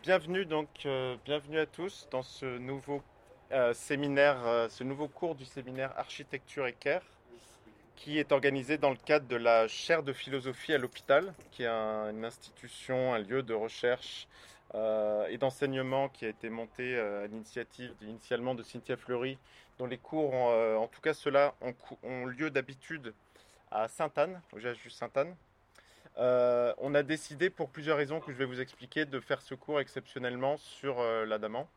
Bienvenue à tous dans ce nouveau séminaire, ce nouveau cours du séminaire Architecture et Caire, qui est organisé dans le cadre de la chaire de philosophie à l'hôpital, qui est une institution, un lieu de recherche et d'enseignement qui a été monté à l'initiative initialement de Cynthia Fleury, dont les cours, en tout cas ceux-là, ont lieu d'habitude à Sainte-Anne, au GHU Sainte-Anne. On a décidé, pour plusieurs raisons que je vais vous expliquer, de faire ce cours exceptionnellement sur l'Adamant.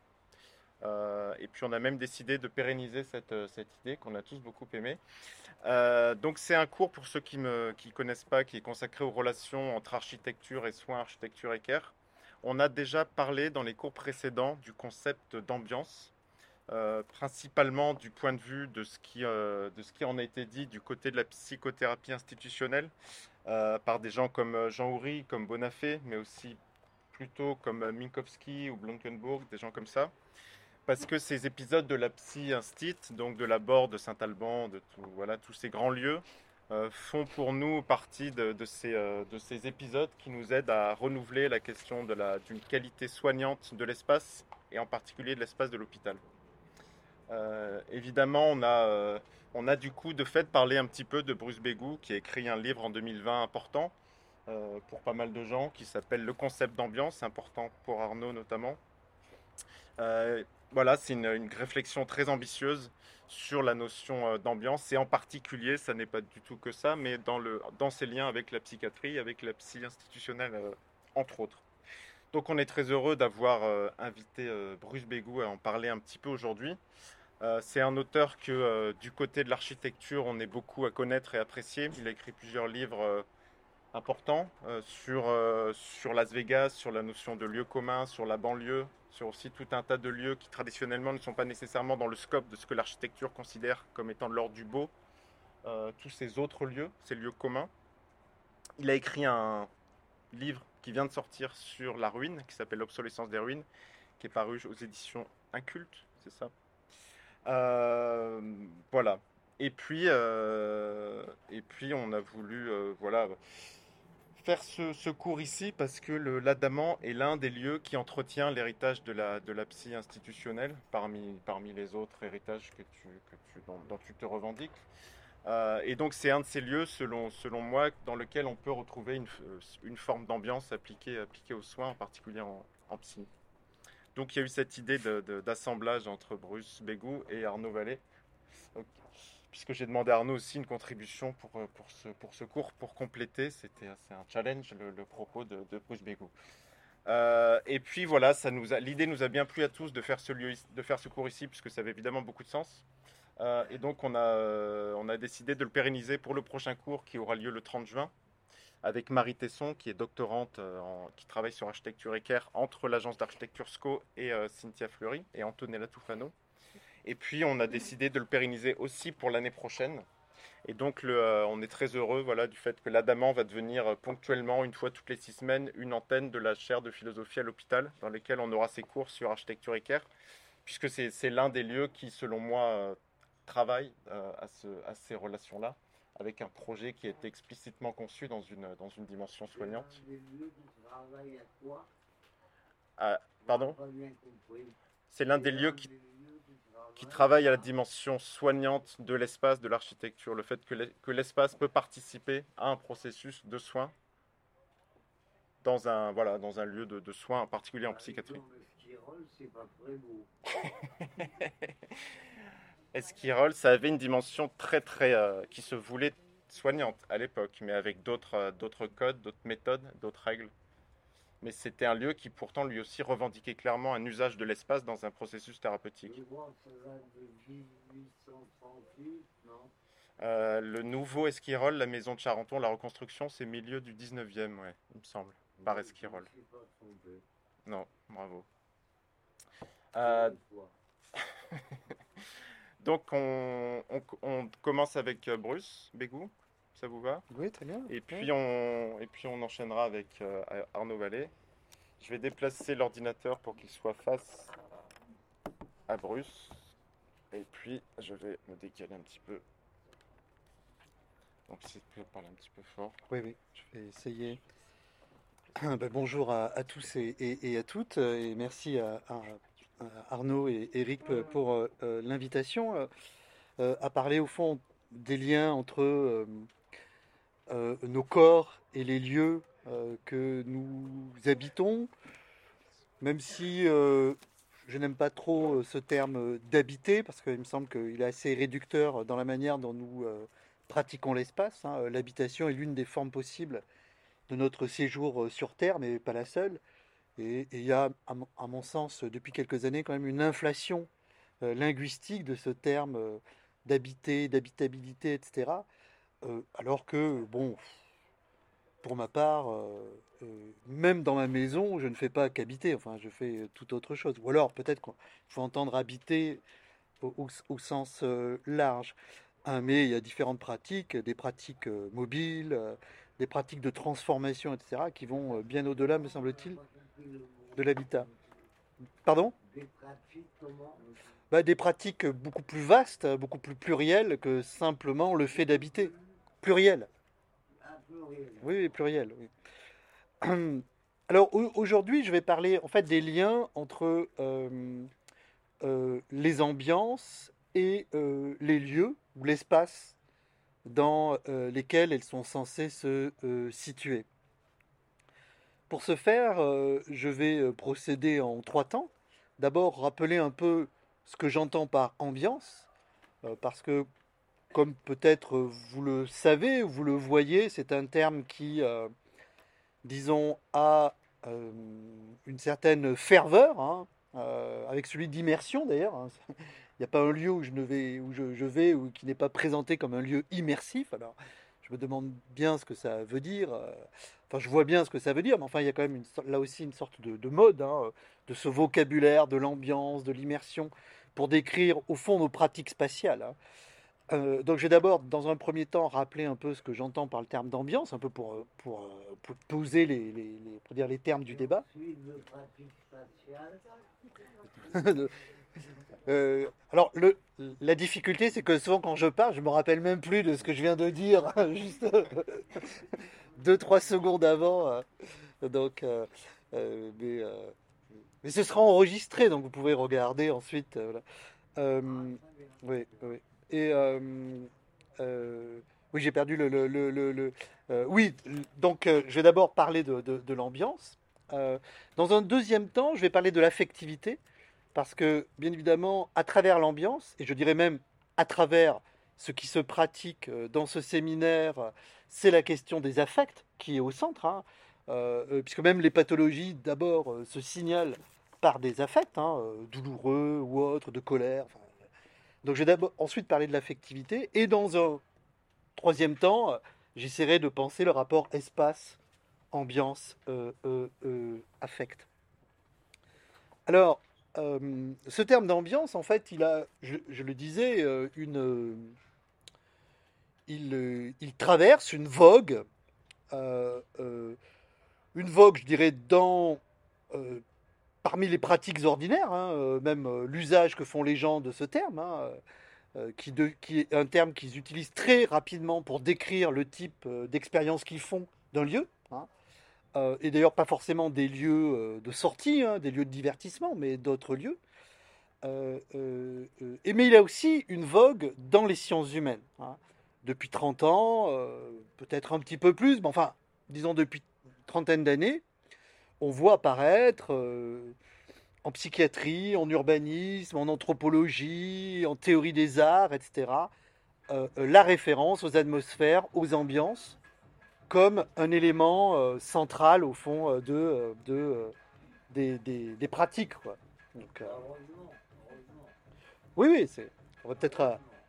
Et puis on a même décidé de pérenniser cette idée qu'on a tous beaucoup aimée. Donc c'est un cours, pour ceux qui ne connaissent pas, qui est consacré aux relations entre architecture et soins, architecture et care. On a déjà parlé dans les cours précédents du concept d'ambiance, principalement du point de vue de ce qui en a été dit du côté de la psychothérapie institutionnelle, par des gens comme Jean Houry, comme Bonafé, mais aussi plutôt comme Minkowski ou Blankenburg, des gens comme ça. Parce que ces épisodes de la Psy Instit, donc de la Borde, de Saint-Alban, de tout, voilà, tous ces grands lieux, font pour nous partie de ces épisodes qui nous aident à renouveler la question d'une qualité soignante de l'espace, et en particulier de l'espace de l'hôpital. Évidemment, on a du coup de fait parlé un petit peu de Bruce Bégou, qui a écrit un livre en 2020 important pour pas mal de gens, qui s'appelle Le concept d'ambiance, important pour Arnaud notamment. Voilà, c'est une réflexion très ambitieuse sur la notion d'ambiance, et en particulier, ça n'est pas du tout que ça, mais dans ses liens avec la psychiatrie, avec la psy institutionnelle, entre autres. Donc on est très heureux d'avoir invité Bruce Bégou à en parler un petit peu aujourd'hui. C'est un auteur que du côté de l'architecture, on est beaucoup à connaître et apprécier. Il a écrit plusieurs livres importants sur Las Vegas, sur la notion de lieu commun, sur la banlieue, sur aussi tout un tas de lieux qui traditionnellement ne sont pas nécessairement dans le scope de ce que l'architecture considère comme étant de l'ordre du beau, tous ces autres lieux, ces lieux communs. Il a écrit un livre qui vient de sortir sur la ruine, qui s'appelle L'obsolescence des ruines, qui est paru aux éditions Inculte, c'est ça. Euh, voilà. Et puis on a voulu voilà, faire ce cours ici parce que l'Adamant est l'un des lieux qui entretient l'héritage de la psy institutionnelle parmi les autres héritages dont tu te revendiques. Et donc c'est un de ces lieux, selon moi, dans lequel on peut retrouver une forme d'ambiance appliquée aux soins, en particulier en psy. Donc il y a eu cette idée d'assemblage entre Bruce Bégou et Arnaud Vallée. Donc, puisque j'ai demandé à Arnaud aussi une contribution pour ce cours, pour compléter, c'est un challenge, le propos de Bruce Bégou. Et puis voilà, l'idée nous a bien plu à tous de faire ce cours ici, puisque ça avait évidemment beaucoup de sens. Et donc on a décidé de le pérenniser pour le prochain cours qui aura lieu le 30 juin, avec Marie Tesson, qui est doctorante, qui travaille sur architecture équerre entre l'agence d'architecture SCO et Cynthia Fleury et Antonella Tufano. Et puis on a décidé de le pérenniser aussi pour l'année prochaine. Et donc on est très heureux, voilà, du fait que l'Adamant va devenir ponctuellement, une fois toutes les 6 semaines, une antenne de la chaire de philosophie à l'hôpital, dans lesquels on aura ses cours sur architecture équerre, puisque c'est l'un des lieux qui, selon moi, travaille à ces relations-là, avec un projet qui a été explicitement conçu dans une dimension soignante. Ah, pardon. C'est l'un des lieux qui travaille à la dimension soignante de l'espace, de l'architecture, le fait que l'espace peut participer à un processus de soins voilà, dans un lieu de soins, en particulier en psychiatrie. Esquirol, ça avait une dimension très très qui se voulait soignante à l'époque, mais avec d'autres codes, d'autres méthodes, d'autres règles. Mais c'était un lieu qui pourtant lui aussi revendiquait clairement un usage de l'espace dans un processus thérapeutique. Le nouveau Esquirol, la maison de Charenton, la reconstruction, c'est milieu du 19e, ouais, il me semble, par Esquirol. Non, bravo. Euh, donc on commence avec Bruce Bégou, ça vous va? Oui, très bien. Ouais. Et puis on enchaînera avec Arnaud Vallée. Je vais déplacer l'ordinateur pour qu'il soit face à Bruce. Et puis je vais me décaler un petit peu. Donc si tu peux parler un petit peu fort. Oui, oui, je vais essayer. Bonjour à tous et à toutes, et merci à Arnaud et Eric pour l'invitation à parler au fond des liens entre nos corps et les lieux que nous habitons, même si je n'aime pas trop ce terme d'habiter, parce qu'il me semble qu'il est assez réducteur dans la manière dont nous pratiquons l'espace, hein. L'habitation est l'une des formes possibles de notre séjour sur Terre, mais pas la seule. Et il y a, à mon sens, depuis quelques années, quand même une inflation linguistique de ce terme d'habiter, d'habitabilité, etc. Alors que, bon, pour ma part, même dans ma maison, je ne fais pas qu'habiter, enfin, je fais tout autre chose. Ou alors, peut-être qu'il faut entendre habiter au sens large. Hein, mais il y a différentes pratiques, des pratiques mobiles, des pratiques de transformation, etc., qui vont bien au-delà, me semble-t-il, de l'habitat. Pardon? Bah, des pratiques beaucoup plus vastes, beaucoup plus plurielles que simplement le fait d'habiter. Pluriel. Oui, oui, pluriel. Oui. Alors aujourd'hui, je vais parler en fait des liens entre les ambiances et les lieux ou l'espace dans lesquels elles sont censées se situer. Pour ce faire, je vais procéder en trois temps. D'abord, rappeler un peu ce que j'entends par ambiance, parce que, comme peut-être vous le savez, vous le voyez, c'est un terme qui, disons, a euh, une certaine ferveur, hein, avec celui d'immersion d'ailleurs, hein. Il n'y a pas un lieu où je vais ou qui n'est pas présenté comme un lieu immersif. Alors, je me demande bien ce que ça veut dire. Enfin, je vois bien ce que ça veut dire, mais enfin, il y a quand même là aussi une sorte de mode, hein, de ce vocabulaire, de l'ambiance, de l'immersion, pour décrire au fond nos pratiques spatiales, hein. Donc, je vais d'abord, dans un premier temps, rappeler un peu ce que j'entends par le terme d'ambiance, un peu pour poser pour dire les termes du débat. Alors, la difficulté, c'est que souvent quand je parle, je me rappelle même plus de ce que je viens de dire, juste 2, 3 secondes avant. Donc, mais, mais ce sera enregistré, donc vous pouvez regarder ensuite. Voilà. Oui, oui. Et oui, j'ai perdu oui, donc je vais d'abord parler de l'ambiance. Dans un deuxième temps, je vais parler de l'affectivité. Parce que, bien évidemment, à travers l'ambiance, et je dirais même à travers ce qui se pratique dans ce séminaire, c'est la question des affects qui est au centre, hein. Puisque même les pathologies, d'abord, se signalent par des affects, hein, douloureux ou autres, de colère. Enfin, donc je vais d'abord ensuite parler de l'affectivité, et dans un troisième temps, j'essaierai de penser le rapport espace, ambiance, affect. Alors, ce terme d'ambiance, en fait, il a, je le disais, il traverse une vogue, je dirais, euh, parmi les pratiques ordinaires, hein, même l'usage que font les gens de ce terme, hein, qui est un terme qu'ils utilisent très rapidement pour décrire le type d'expérience qu'ils font d'un lieu, hein. Et d'ailleurs, pas forcément des lieux de sortie, hein, des lieux de divertissement, mais d'autres lieux. Mais il a aussi une vogue dans les sciences humaines, hein. Depuis 30 ans, peut-être un petit peu plus, mais enfin, disons depuis une trentaine d'années, on voit apparaître en psychiatrie, en urbanisme, en anthropologie, en théorie des arts, etc., la référence aux atmosphères, aux ambiances, comme un élément central, au fond, des pratiques, quoi. Donc, oui, oui, on va peut-être.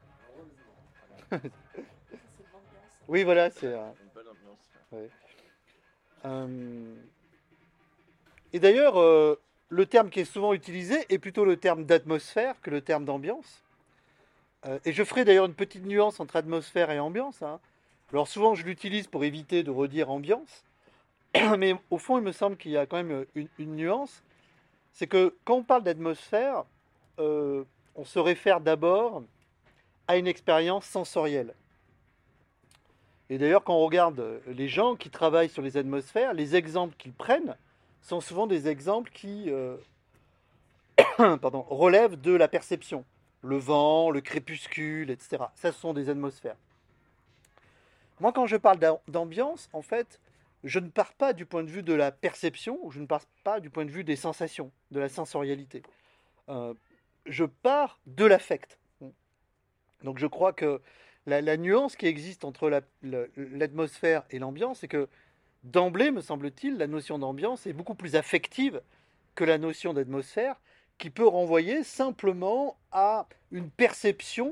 Oui, voilà, c'est. Une bonne ambiance. Ouais. Euh, Et d'ailleurs, le terme qui est souvent utilisé est plutôt le terme d'atmosphère que le terme d'ambiance. Et je ferai d'ailleurs une petite nuance entre atmosphère et ambiance, hein. Alors souvent, je l'utilise pour éviter de redire ambiance, mais au fond, il me semble qu'il y a quand même une nuance. C'est que quand on parle d'atmosphère, on se réfère d'abord à une expérience sensorielle. Et d'ailleurs, quand on regarde les gens qui travaillent sur les atmosphères, les exemples qu'ils prennent sont souvent des exemples qui pardon, relèvent de la perception. Le vent, le crépuscule, etc. Ça, ce sont des atmosphères. Moi, quand je parle d'ambiance, en fait, je ne pars pas du point de vue de la perception, ou je ne pars pas du point de vue des sensations, de la sensorialité. Euh, je pars de l'affect. Donc je crois que la nuance qui existe entre l'atmosphère et l'ambiance, c'est que d'emblée, me semble-t-il, la notion d'ambiance est beaucoup plus affective que la notion d'atmosphère, qui peut renvoyer simplement à une perception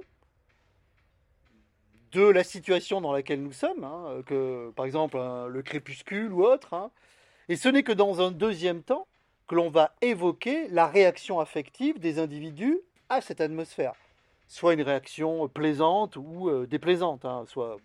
de la situation dans laquelle nous sommes, hein, que par exemple le crépuscule ou autre, hein. Et ce n'est que dans un deuxième temps que l'on va évoquer la réaction affective des individus à cette atmosphère. Soit une réaction plaisante ou déplaisante, hein, soit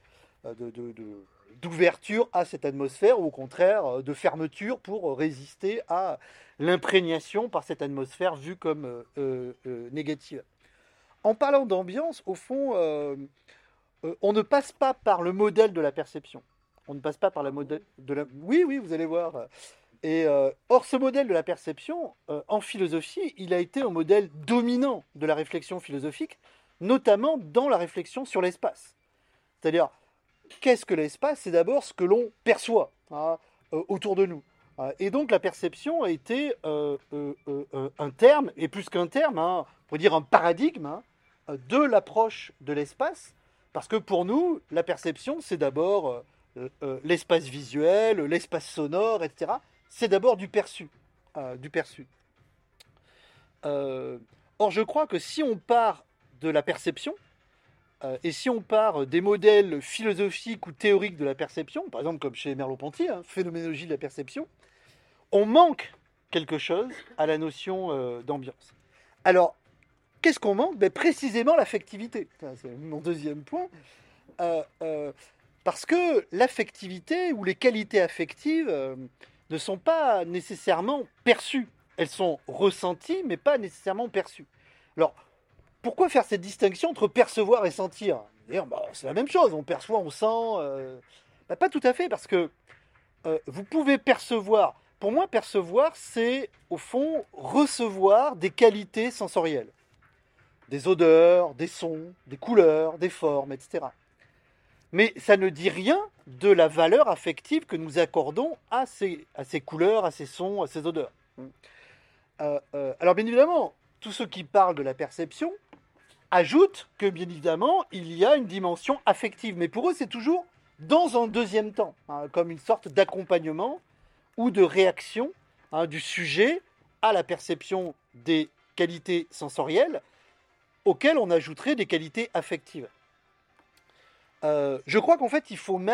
d'ouverture à cette atmosphère ou au contraire de fermeture pour résister à l'imprégnation par cette atmosphère vue comme négative. En parlant d'ambiance, au fond, on ne passe pas par le modèle de la perception. On ne passe pas par la modèle de la... Oui, oui, vous allez voir. Et or, ce modèle de la perception, en philosophie, il a été un modèle dominant de la réflexion philosophique, notamment dans la réflexion sur l'espace. C'est-à-dire, qu'est-ce que l'espace? C'est d'abord ce que l'on perçoit, hein, autour de nous. Et donc, la perception a été un terme, et plus qu'un terme, hein, on pourrait dire un paradigme, hein, de l'approche de l'espace, parce que pour nous, la perception, c'est d'abord l'espace visuel, l'espace sonore, etc. C'est d'abord du perçu. Du perçu. Or, je crois que si on part de la perception, et si on part des modèles philosophiques ou théoriques de la perception, par exemple comme chez Merleau-Ponty, hein, phénoménologie de la perception, on manque quelque chose à la notion d'ambiance. Alors, qu'est-ce qu'on manque? Ben, précisément l'affectivité. C'est mon deuxième point. Parce que l'affectivité ou les qualités affectives ne sont pas nécessairement perçues. Elles sont ressenties, mais pas nécessairement perçues. Alors, pourquoi faire cette distinction entre percevoir et sentir? D'ailleurs, bah, c'est la même chose, on perçoit, on sent. Bah, pas tout à fait, parce que vous pouvez percevoir. Pour moi, percevoir, c'est au fond recevoir des qualités sensorielles. Des odeurs, des sons, des couleurs, des formes, etc. Mais ça ne dit rien de la valeur affective que nous accordons à ces couleurs, à ces sons, à ces odeurs. Alors bien évidemment, tous ceux qui parlent de la perception ajoutent que bien évidemment, il y a une dimension affective. Mais pour eux, c'est toujours dans un deuxième temps, hein, comme une sorte d'accompagnement ou de réaction, hein, du sujet à la perception des qualités sensorielles auxquelles on ajouterait des qualités affectives. Je crois qu'en fait, il faut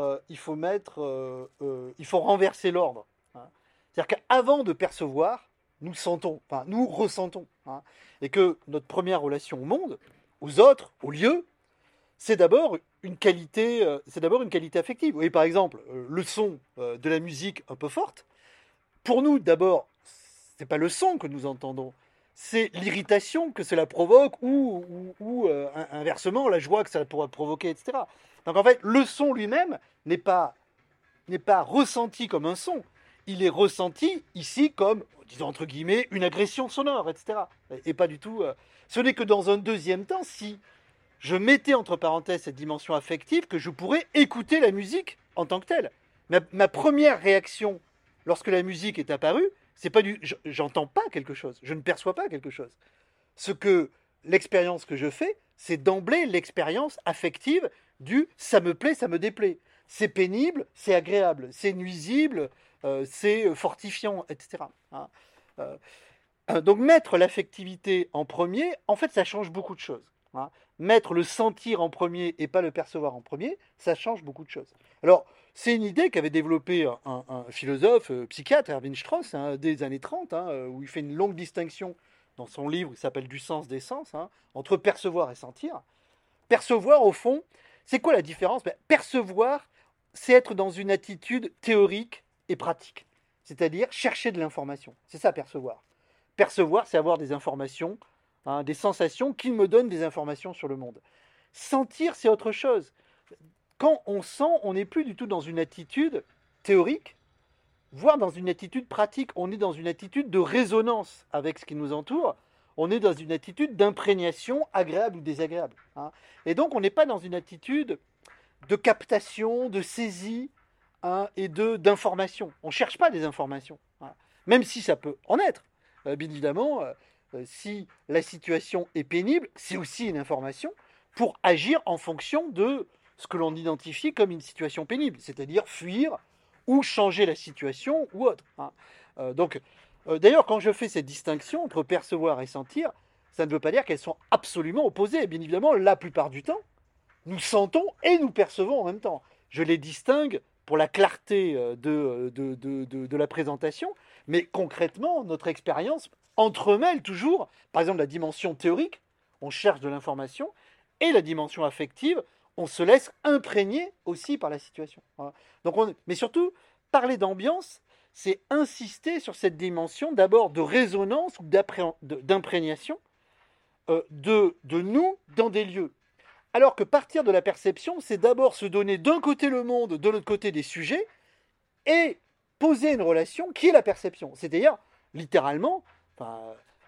renverser l'ordre, hein. C'est-à-dire qu'avant de percevoir, nous sentons, enfin, nous ressentons, hein. Et que notre première relation au monde, aux autres, aux lieux, c'est d'abord une qualité affective. Vous voyez, par exemple, le son de la musique un peu forte. Pour nous, d'abord, c'est pas le son que nous entendons, c'est l'irritation que cela provoque ou inversement la joie que ça pourra provoquer, etc. Donc en fait, le son lui-même n'est pas ressenti comme un son. Il est ressenti ici comme, disons entre guillemets, une agression sonore, etc. Et pas du tout. Ce n'est que dans un deuxième temps, si je mettais entre parenthèses cette dimension affective, que je pourrais écouter la musique en tant que telle. Ma première réaction lorsque la musique est apparue, c'est pas j'entends pas quelque chose, je ne perçois pas quelque chose. L'expérience que je fais, c'est d'emblée l'expérience affective du ça me plaît, ça me déplaît. C'est pénible, c'est agréable, c'est nuisible, c'est fortifiant, etc. Hein. Donc mettre l'affectivité en premier, en fait, ça change beaucoup de choses, hein. Mettre le sentir en premier et pas le percevoir en premier, ça change beaucoup de choses. Alors, c'est une idée qu'avait développée un philosophe, psychiatre, Erwin Strauss, hein, dès les années 30, hein, où il fait une longue distinction dans son livre qui s'appelle Du sens des sens, hein, entre percevoir et sentir. Percevoir, au fond, c'est quoi la différence? Percevoir, c'est être dans une attitude théorique et pratique, c'est-à-dire chercher de l'information. C'est ça, percevoir. Percevoir, c'est avoir des informations, hein, des sensations qui me donnent des informations sur le monde. Sentir, c'est autre chose. quand on sent, on n'est plus du tout dans une attitude théorique, voire dans une attitude pratique. On est dans une attitude de résonance avec ce qui nous entoure. On est dans une attitude d'imprégnation agréable ou désagréable, hein. Et donc, on n'est pas dans une attitude de captation, de saisie, hein, et d'information. On ne cherche pas des informations, hein. Même si ça peut en être. Bien évidemment, si la situation est pénible, c'est aussi une information pour agir en fonction de ce que l'on identifie comme une situation pénible, c'est-à-dire fuir ou changer la situation ou autre, hein. D'ailleurs, quand je fais cette distinction entre percevoir et sentir, ça ne veut pas dire qu'elles sont absolument opposées. Bien évidemment, la plupart du temps, nous sentons et nous percevons en même temps. Je les distingue pour la clarté de la présentation, mais concrètement, notre expérience entremêle toujours, par exemple, la dimension théorique, on cherche de l'information, et la dimension affective, on se laisse imprégner aussi par la situation. Voilà. Mais surtout, parler d'ambiance, c'est insister sur cette dimension d'abord de résonance ou d'imprégnation de nous dans des lieux. Alors que partir de la perception, c'est d'abord se donner d'un côté le monde, de l'autre côté des sujets, et poser une relation qui est la perception. C'est-à-dire, littéralement, enfin,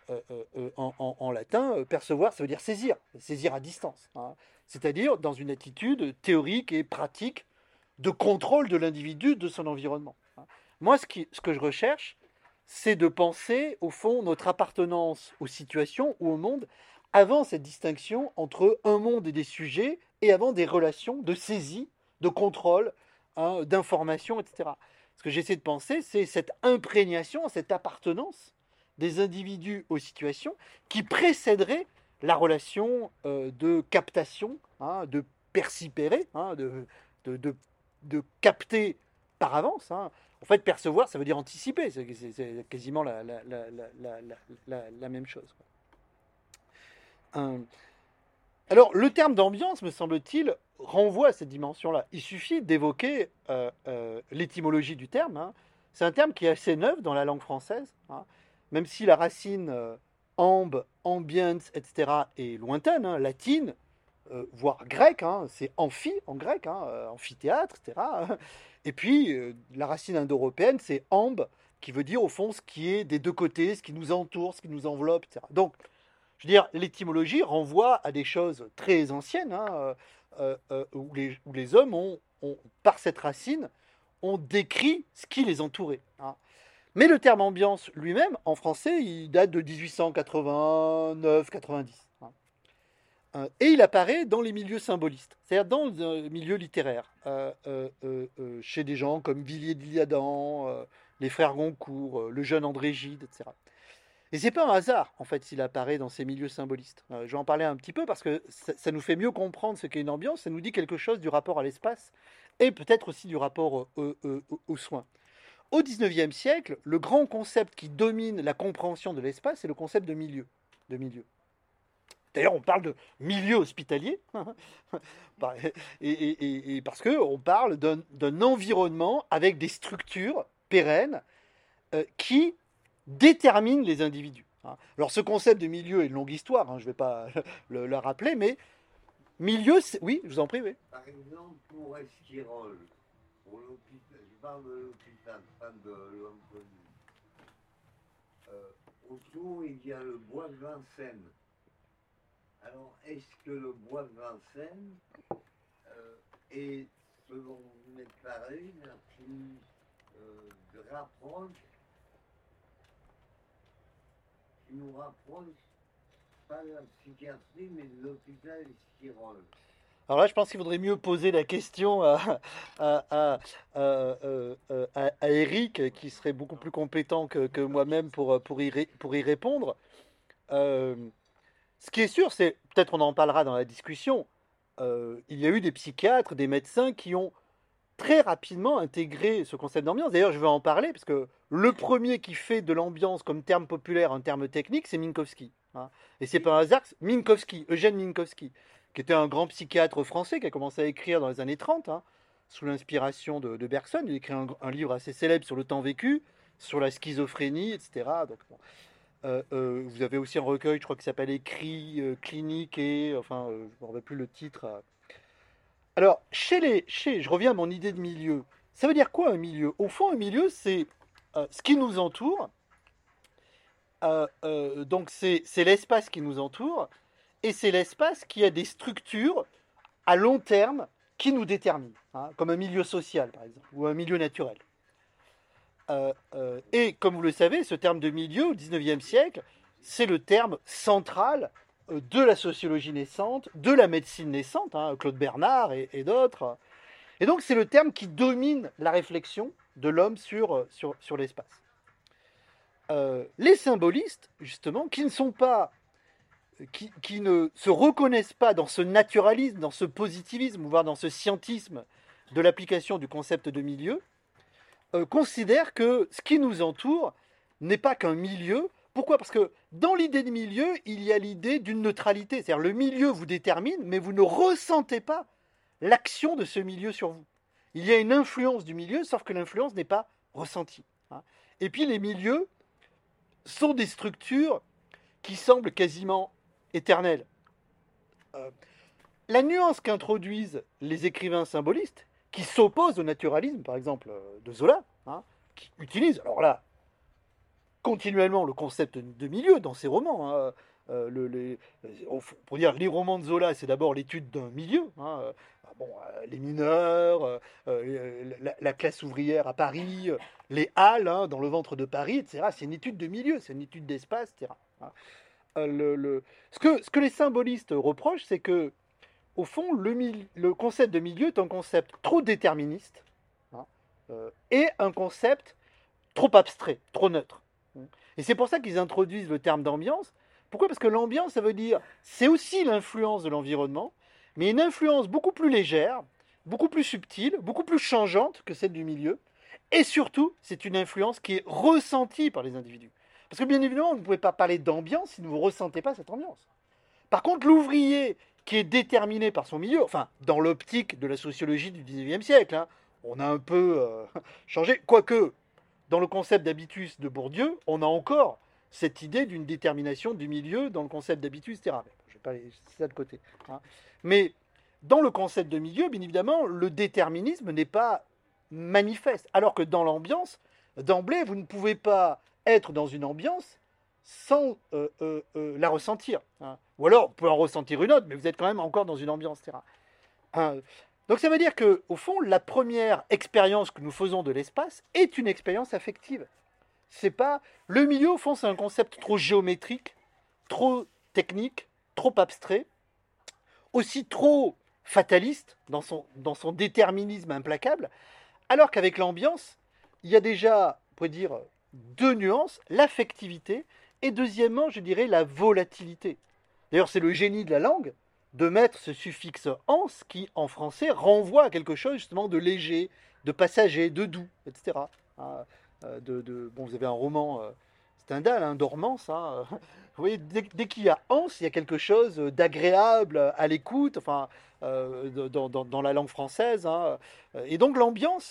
en latin, percevoir, ça veut dire saisir, saisir à distance, hein. C'est-à-dire dans une attitude théorique et pratique de contrôle de l'individu, de son environnement, hein. Moi, ce que je recherche, c'est de penser, au fond, notre appartenance aux situations ou au monde avant cette distinction entre un monde et des sujets et avant des relations de saisie, de contrôle, hein, d'information, etc. Ce que j'essaie de penser, c'est cette imprégnation, cette appartenance des individus aux situations qui précéderait la relation de captation, hein, de percipérer, hein, de, de, de capter par avance, hein. En fait, percevoir, ça veut dire anticiper. C'est quasiment la même chose, quoi. Alors, le terme d'ambiance, me semble-t-il, renvoie à cette dimension-là. Il suffit d'évoquer l'étymologie du terme, hein. C'est un terme qui est assez neuf dans la langue française, hein. Même si la racine ambe, ambience, etc. est lointaine, hein, latine, voire grecque, hein, c'est amphi en grec, hein, amphithéâtre, etc. Et puis, la racine indo-européenne, c'est ambe, qui veut dire au fond ce qui est des deux côtés, ce qui nous entoure, ce qui nous enveloppe, etc. Donc, je veux dire, l'étymologie renvoie à des choses très anciennes, hein, où les hommes par cette racine, ont décrit ce qui les entourait, hein. Mais le terme ambiance lui-même, en français, il date de 1889-90, hein. Et il apparaît dans les milieux symbolistes, c'est-à-dire dans le milieu littéraire, chez des gens comme Villiers de l'Isle-Adam, les frères Goncourt, le jeune André Gide, etc. Et c'est pas un hasard, en fait, s'il apparaît dans ces milieux symbolistes. Je vais en parler un petit peu parce que ça nous fait mieux comprendre ce qu'est une ambiance, ça nous dit quelque chose du rapport à l'espace et peut-être aussi du rapport aux soins. Au XIXe siècle, le grand concept qui domine la compréhension de l'espace, c'est le concept de milieu. De milieu. D'ailleurs, on parle de milieu hospitalier, et parce qu'on parle d'un environnement avec des structures pérennes qui déterminent les individus, hein. Alors, ce concept de milieu est une longue histoire, hein, je ne vais pas le rappeler, mais milieu, oui, je vous en prie, oui. Par exemple, pour Esquirol, pour l'hôpital, je parle de l'hôpital, pas de l'homme connu. Autour, il y a le bois de Vincennes. Alors, est-ce que le bois de Vincennes est, selon vous m'êtes parlé, de rapproche, qui nous rapproche, pas de la psychiatrie, mais de l'hôpital Esquirol? Alors là, je pense qu'il vaudrait mieux poser la question à Eric, qui serait beaucoup plus compétent que moi-même pour y répondre. Ce qui est sûr, c'est, peut-être on en parlera dans la discussion, il y a eu des psychiatres, des médecins qui ont très rapidement intégré ce concept d'ambiance. D'ailleurs, je vais en parler, parce que le premier qui fait de l'ambiance comme terme populaire, un terme technique, c'est Minkowski, hein. Et c'est pas un hasard, Eugène Minkowski, qui était un grand psychiatre français, qui a commencé à écrire dans les années 30, hein, sous l'inspiration de Bergson. Il a écrit un livre assez célèbre sur le temps vécu, sur la schizophrénie, etc. Donc, bon. Vous avez aussi un recueil, je crois, qui s'appelle Écrits cliniques et, enfin, je ne me rappelle plus le titre, Alors, je reviens à mon idée de milieu. Ça veut dire quoi un milieu? Au fond, un milieu, c'est ce qui nous entoure. Donc, c'est l'espace qui nous entoure. Et c'est l'espace qui a des structures à long terme qui nous déterminent, hein, comme un milieu social, par exemple, ou un milieu naturel. Et comme vous le savez, ce terme de milieu, au XIXe siècle, c'est le terme central de la sociologie naissante, de la médecine naissante, hein, Claude Bernard et d'autres. Et donc, c'est le terme qui domine la réflexion de l'homme sur l'espace. Les symbolistes, justement, qui ne se reconnaissent pas dans ce naturalisme, dans ce positivisme, voire dans ce scientisme de l'application du concept de milieu, considèrent que ce qui nous entoure n'est pas qu'un milieu. Pourquoi? Parce que dans l'idée de milieu, il y a l'idée d'une neutralité. C'est-à-dire le milieu vous détermine, mais vous ne ressentez pas l'action de ce milieu sur vous. Il y a une influence du milieu, sauf que l'influence n'est pas ressentie, hein. Et puis les milieux sont des structures qui semblent quasiment éternelles. La nuance qu'introduisent les écrivains symbolistes, qui s'opposent au naturalisme, par exemple de Zola, hein, qui utilisent, alors là, continuellement le concept de milieu dans ses romans, hein. Pour dire les romans de Zola, c'est d'abord l'étude d'un milieu, hein. Les mineurs, la classe ouvrière à Paris, les halles, hein, dans le ventre de Paris, etc. C'est une étude de milieu, c'est une étude d'espace, etc., hein. Ce que les symbolistes reprochent, c'est que, au fond, le concept de milieu est un concept trop déterministe, hein, et un concept trop abstrait, trop neutre. Et c'est pour ça qu'ils introduisent le terme d'ambiance. Pourquoi? Parce que l'ambiance, ça veut dire, c'est aussi l'influence de l'environnement, mais une influence beaucoup plus légère, beaucoup plus subtile, beaucoup plus changeante que celle du milieu. Et surtout, c'est une influence qui est ressentie par les individus. Parce que bien évidemment, vous ne pouvez pas parler d'ambiance si vous ne ressentez pas cette ambiance. Par contre, l'ouvrier qui est déterminé par son milieu, enfin, dans l'optique de la sociologie du XIXe siècle, hein, on a un peu changé, quoique, dans le concept d'habitus de Bourdieu, on a encore cette idée d'une détermination du milieu dans le concept d'habitus, etc. Mais bon, je ne vais pas laisser ça de côté, hein. Mais dans le concept de milieu, bien évidemment, le déterminisme n'est pas manifeste. Alors que dans l'ambiance, d'emblée, vous ne pouvez pas être dans une ambiance sans la ressentir, hein. Ou alors, vous pouvez en ressentir une autre, mais vous êtes quand même encore dans une ambiance, etc. Hein. Donc ça veut dire que, au fond, la première expérience que nous faisons de l'espace est une expérience affective. C'est pas le milieu, au fond, c'est un concept trop géométrique, trop technique, trop abstrait, aussi trop fataliste dans son déterminisme implacable, alors qu'avec l'ambiance, il y a déjà, on pourrait dire, deux nuances, l'affectivité et deuxièmement, je dirais, la volatilité. D'ailleurs, c'est le génie de la langue de mettre ce suffixe ans qui, en français, renvoie à quelque chose justement de léger, de passager, de doux, etc. Hein, bon, vous avez un roman Stendhal, hein, Dormance. Hein, vous voyez, dès qu'il y a ans, il y a quelque chose d'agréable à l'écoute, enfin, dans la langue française, hein. Et donc l'ambiance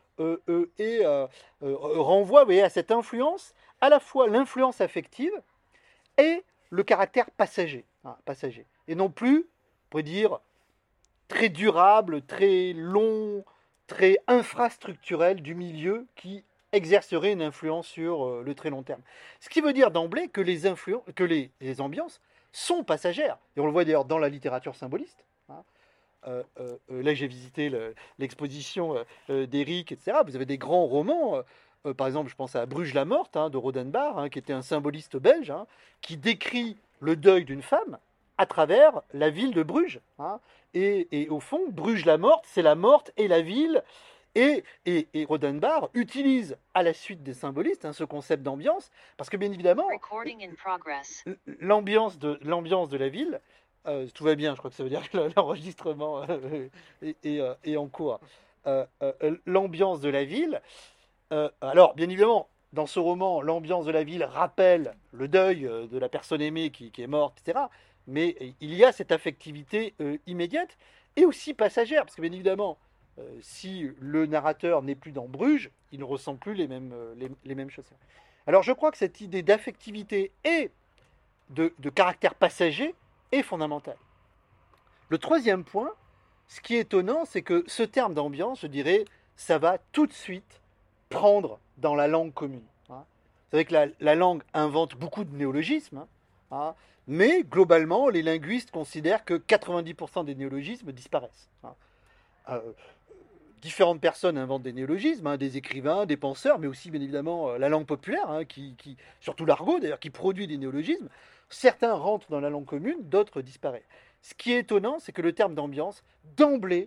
renvoie, vous voyez, à cette influence, à la fois l'influence affective et le caractère passager, hein, passager. Et non plus, on pourrait dire, très durable, très long, très infrastructurel du milieu qui exercerait une influence sur le très long terme. Ce qui veut dire d'emblée que les ambiances sont passagères. Et on le voit d'ailleurs dans la littérature symboliste, hein. Là, j'ai visité l'exposition d'Éric, etc. Vous avez des grands romans. Par exemple, je pense à Bruges la morte, hein, de Rodenbach, hein, qui était un symboliste belge, hein, qui décrit le deuil d'une femme à travers la ville de Bruges, hein. Et au fond, Bruges la morte, c'est la morte et la ville. Et Rodenbach utilise à la suite des symbolistes, hein, ce concept d'ambiance, parce que bien évidemment, l'ambiance de la ville, tout va bien, je crois que ça veut dire que l'enregistrement est en cours. L'ambiance de la ville, alors bien évidemment, dans ce roman, l'ambiance de la ville rappelle le deuil de la personne aimée qui est morte, etc. Mais il y a cette affectivité immédiate et aussi passagère, parce que bien évidemment, si le narrateur n'est plus dans Bruges, il ne ressent plus les mêmes choses. Alors je crois que cette idée d'affectivité et de caractère passager est fondamentale. Le troisième point, ce qui est étonnant, c'est que ce terme d'ambiance, je dirais, ça va tout de suite prendre dans la langue commune. Hein. Vous savez que la langue invente beaucoup de néologismes, hein, mais globalement, les linguistes considèrent que 90% des néologismes disparaissent. Hein. Euh, Différentes personnes inventent des néologismes, hein, des écrivains, des penseurs, mais aussi bien évidemment la langue populaire, hein, surtout l'argot d'ailleurs, qui produit des néologismes. Certains rentrent dans la langue commune, d'autres disparaissent. Ce qui est étonnant, c'est que le terme d'ambiance, d'emblée,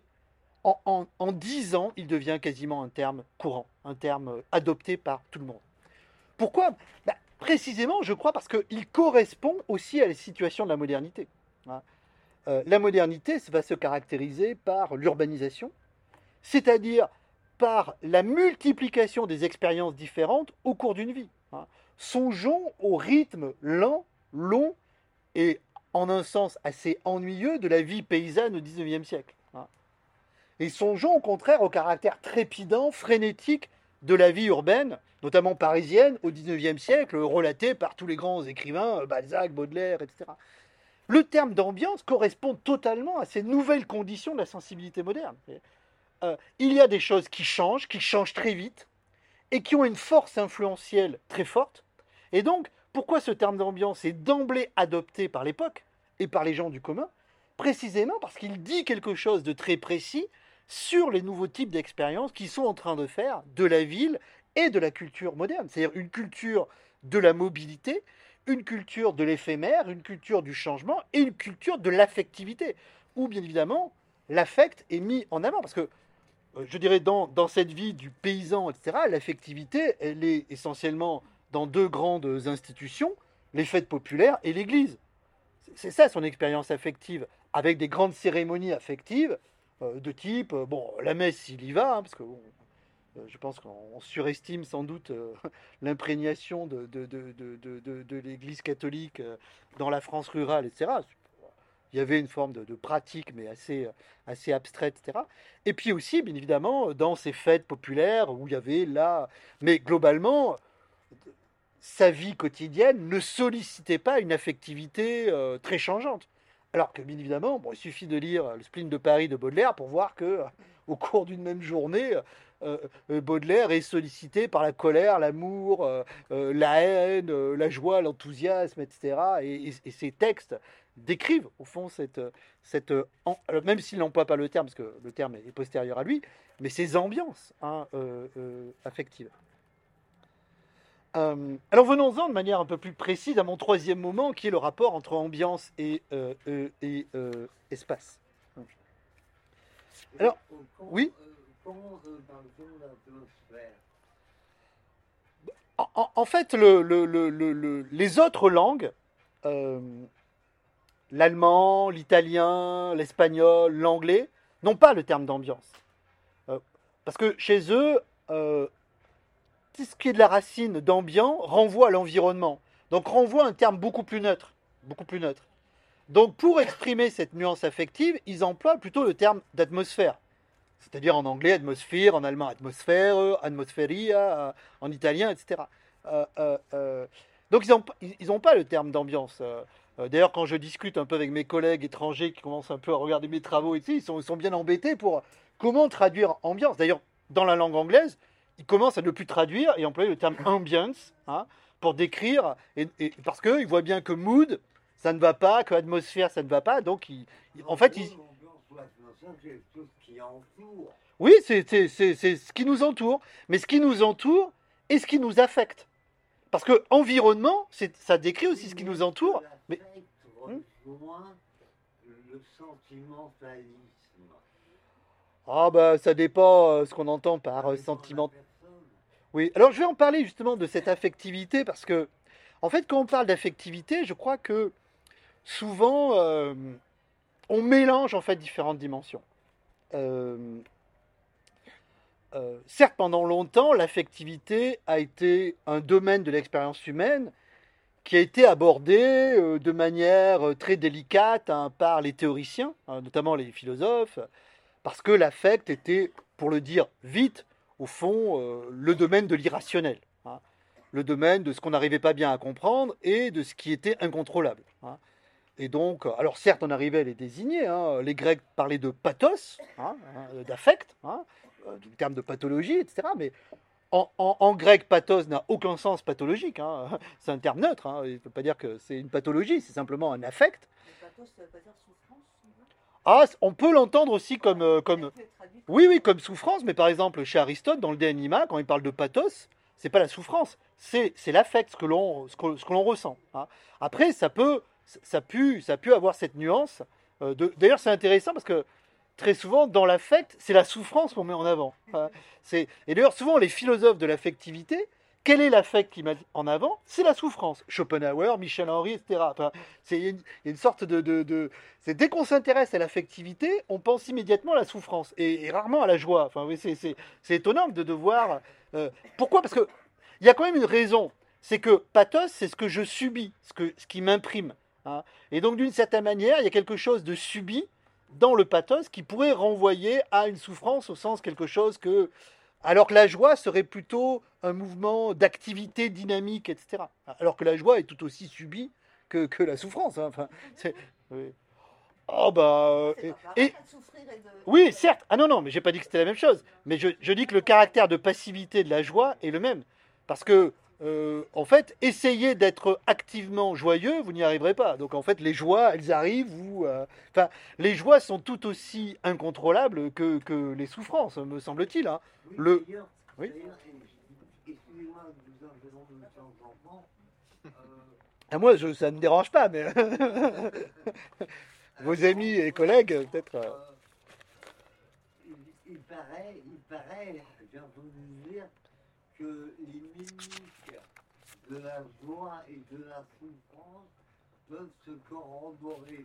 en 10 ans, il devient quasiment un terme courant, un terme adopté par tout le monde. Pourquoi? Bah, précisément, je crois, parce qu'il correspond aussi à la situation de la modernité. Hein. La modernité va se caractériser par l'urbanisation, c'est-à-dire par la multiplication des expériences différentes au cours d'une vie. Hein. Songeons au rythme lent, long et en un sens assez ennuyeux de la vie paysanne au XIXe siècle. Hein. Et songeons au contraire au caractère trépidant, frénétique de la vie urbaine, notamment parisienne au XIXe siècle, relatée par tous les grands écrivains, Balzac, Baudelaire, etc. Le terme d'ambiance correspond totalement à ces nouvelles conditions de la sensibilité moderne. Il y a des choses qui changent très vite, et qui ont une force influentielle très forte. Et donc, pourquoi ce terme d'ambiance est d'emblée adopté par l'époque et par les gens du commun? Précisément parce qu'il dit quelque chose de très précis sur les nouveaux types d'expériences qui sont en train de faire de la ville et de la culture moderne. C'est-à-dire une culture de la mobilité, une culture de l'éphémère, une culture du changement et une culture de l'affectivité, où bien évidemment l'affect est mis en avant. Parce que je dirais, dans cette vie du paysan, etc., l'affectivité, elle est essentiellement dans deux grandes institutions, les fêtes populaires et l'Église. C'est ça son expérience affective, avec des grandes cérémonies affectives de type, bon, la messe, il y va, hein, parce que bon, je pense qu'on surestime sans doute l'imprégnation de l'Église catholique dans la France rurale, etc. Il y avait une forme de pratique, mais assez abstraite, etc. Et puis aussi, bien évidemment, dans ces fêtes populaires où il y avait là... Mais globalement, sa vie quotidienne ne sollicitait pas une affectivité très changeante. Alors que, bien évidemment, bon, il suffit de lire le Spleen de Paris de Baudelaire pour voir que, au cours d'une même journée, Baudelaire est sollicité par la colère, l'amour, la haine, la joie, l'enthousiasme, etc. Et ces textes décrivent, au fond, alors, même s'il n'emploie pas le terme, parce que le terme est postérieur à lui, mais ces ambiances affectives. Alors venons-en de manière un peu plus précise à mon troisième moment, qui est le rapport entre ambiance et espace. Alors, oui. Comment parle-t-on d'atmosphère? En fait, les autres langues, l'allemand, l'italien, l'espagnol, l'anglais, n'ont pas le terme d'ambiance. Parce que chez eux, tout ce qui est de la racine d'ambiant renvoie à l'environnement. Donc renvoie à un terme beaucoup plus neutre. Beaucoup plus neutre. Donc pour exprimer cette nuance affective, ils emploient plutôt le terme d'atmosphère. C'est-à-dire en anglais atmosphère, en allemand atmosphère, atmosferia, en italien, etc. Donc ils n'ont pas le terme d'ambiance. D'ailleurs, quand je discute un peu avec mes collègues étrangers qui commencent un peu à regarder mes travaux, ils sont bien embêtés pour comment traduire ambiance. D'ailleurs, dans la langue anglaise, ils commencent à ne plus traduire et employer le terme ambience pour décrire, parce qu'ils voient bien que mood, ça ne va pas, que atmosphère, ça ne va pas. Donc, en fait, c'est tout ce qui entoure. oui, c'est ce qui nous entoure. Mais ce qui nous entoure et ce qui nous affecte. Parce que environnement, ça décrit aussi ce qui nous entoure. Mais rejoint le sentimentalisme. ah bah ça dépend ce qu'on entend par sentiment. Oui, alors je vais en parler justement de cette affectivité parce que, en fait, quand on parle d'affectivité, je crois que souvent on mélange en fait différentes dimensions. Euh, certes, pendant longtemps, l'affectivité a été un domaine de l'expérience humaine qui a été abordé de manière très délicate par les théoriciens, notamment les philosophes, parce que l'affect était, pour le dire vite, au fond, le domaine de l'irrationnel, le domaine de ce qu'on n'arrivait pas bien à comprendre et de ce qui était incontrôlable. Et donc, alors certes, on arrivait à les désigner. Hein, les Grecs parlaient de pathos, d'affect, du terme de pathologie, etc. Mais en grec, pathos n'a aucun sens pathologique. Hein. C'est un terme neutre. Hein. Il ne veut pas dire que c'est une pathologie, c'est simplement un affect. Le pathos, ça veut pas dire souffrance, non? Ah, on peut l'entendre aussi comme, Ça comme, peut être traduit comme oui, comme souffrance. Mais par exemple, chez Aristote, dans le De Anima, quand il parle de pathos, c'est pas la souffrance, c'est l'affect, ce que l'on ressent. Hein. Après, ça a pu avoir cette nuance. D'ailleurs, c'est intéressant parce que très souvent, dans l'affect, c'est la souffrance qu'on met en avant. Hein. Et d'ailleurs, souvent, les philosophes de l'affectivité, quel est l'affect qu'ils mettent en avant? C'est la souffrance. Schopenhauer, Michel Henry, etc. Enfin, il y a une sorte c'est dès qu'on s'intéresse à l'affectivité, on pense immédiatement à la souffrance et rarement à la joie. Enfin, oui, c'est étonnant de voir. Pourquoi? Parce que il y a quand même une raison. C'est que pathos, c'est ce que je subis, ce qui m'imprime. Hein. Et donc, d'une certaine manière, il y a quelque chose de subi dans le pathos qui pourrait renvoyer à une souffrance au sens quelque chose que... Alors que la joie serait plutôt un mouvement d'activité dynamique, etc. Alors que la joie est tout aussi subie que la souffrance. Hein. Enfin, oui. Oh bah... c'est et, pas et- pareil de souffrir et de. oui, certes. Ah non, non, mais j'ai pas dit que c'était la même chose. Mais je dis que le caractère de passivité de la joie est le même. Parce que, en fait, essayez d'être activement joyeux, vous n'y arriverez pas. Donc, en fait, les joies, elles arrivent enfin, les joies sont tout aussi incontrôlables que les souffrances, me semble-t-il. Hein. Oui, Le... Oui. d'ailleurs, excusez-moi de vous interrompre de temps en temps. Ah, moi, ça ne me dérange pas, mais vos amis et collègues, peut-être... il paraît, j'ai entendu dire que les mimiques de la joie et de la souffrance peuvent se corroborer,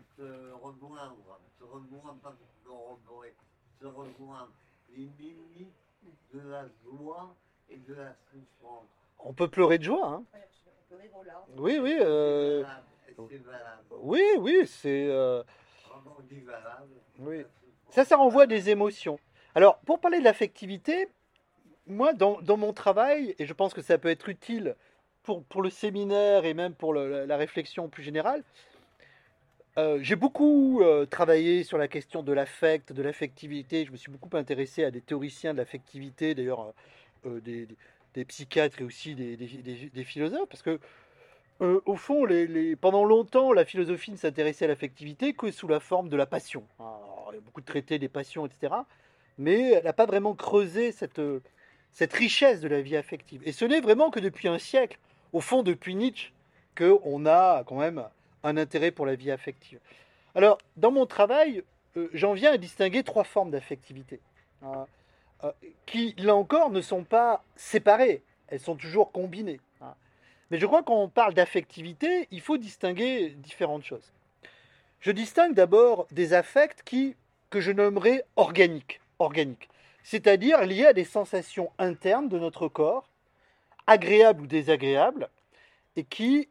pas se corroborer, se rejoindre. Les mimiques de la joie et de la souffrance. On peut pleurer de joie. Hein. Ouais, on peut rire aux larmes. Oui, oui. C'est valable. Oui, oui, c'est... Vraiment dit valable. oui. La souffrance. Ça renvoie à des émotions. Alors, pour parler de l'affectivité, moi, dans mon travail, et je pense que ça peut être utile pour le séminaire et même pour la réflexion plus générale, j'ai beaucoup travaillé sur la question de l'affect, de l'affectivité. Je me suis beaucoup intéressé à des théoriciens de l'affectivité, d'ailleurs des psychiatres et aussi des philosophes, parce que au fond, pendant longtemps, la philosophie ne s'intéressait à l'affectivité que sous la forme de la passion. Alors, il y a beaucoup de traités des passions, etc. Mais elle n'a pas vraiment creusé cette richesse de la vie affective. Et ce n'est vraiment que depuis un siècle, au fond depuis Nietzsche, qu'on a quand même un intérêt pour la vie affective. Alors, dans mon travail, j'en viens à distinguer trois formes d'affectivité, hein, qui, là encore, ne sont pas séparées, elles sont toujours combinées. Hein. Mais je crois qu'on parle d'affectivité, il faut distinguer différentes choses. Je distingue d'abord des affects que je nommerais organiques, c'est-à-dire liés à des sensations internes de notre corps, agréables ou désagréables, et qui,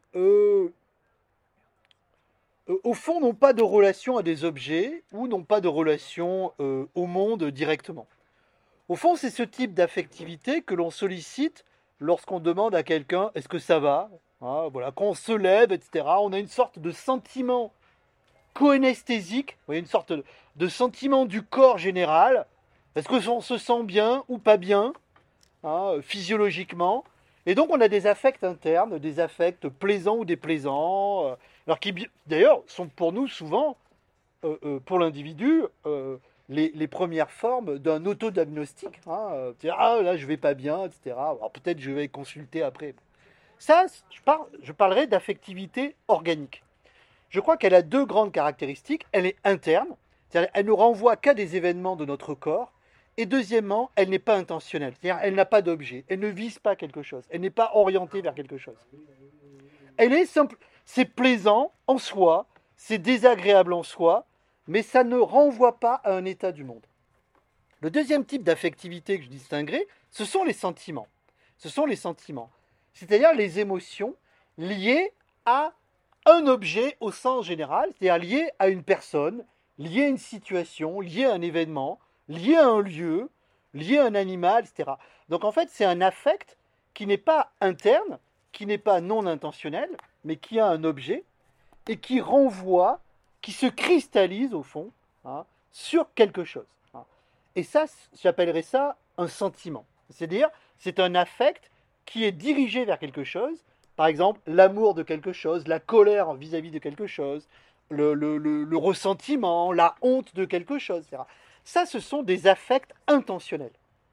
au fond, n'ont pas de relation à des objets ou n'ont pas de relation au monde directement. Au fond, c'est ce type d'affectivité que l'on sollicite lorsqu'on demande à quelqu'un est-ce que ça va. Hein, voilà, quand on se lève, etc. On a une sorte de sentiment coanesthésique, vous voyez, une sorte de sentiment du corps général. Est-ce que on se sent bien ou pas bien, hein, physiologiquement. Et donc on a des affects internes, des affects plaisants ou déplaisants, alors qui d'ailleurs sont pour nous souvent, pour l'individu, les premières formes d'un autodiagnostic. Hein, ah là je vais pas bien, etc. Alors peut-être je vais consulter après. Ça, je parlerai d'affectivité organique. Je crois qu'elle a deux grandes caractéristiques. Elle est interne, c'est-à-dire elle ne renvoie qu'à des événements de notre corps. Et deuxièmement, elle n'est pas intentionnelle, c'est-à-dire elle n'a pas d'objet, elle ne vise pas quelque chose, elle n'est pas orientée vers quelque chose. Elle est simple, c'est plaisant en soi, c'est désagréable en soi, mais ça ne renvoie pas à un état du monde. Le deuxième type d'affectivité que je distinguerai, ce sont les sentiments. Ce sont les sentiments, c'est-à-dire les émotions liées à un objet au sens général, c'est-à-dire liées à une personne, liées à une situation, liées à un événement, lié à un lieu, lié à un animal, etc. Donc en fait, c'est un affect qui n'est pas interne, qui n'est pas non intentionnel, mais qui a un objet et qui renvoie qui se cristallise au fond, hein, sur quelque chose. Hein. Et ça, j'appellerais ça un sentiment. C'est-à-dire, c'est un affect qui est dirigé vers quelque chose. Par exemple, l'amour de quelque chose, la colère vis-à-vis de quelque chose, le ressentiment, la honte de quelque chose, etc. Ça, ce sont des affects intentionnels.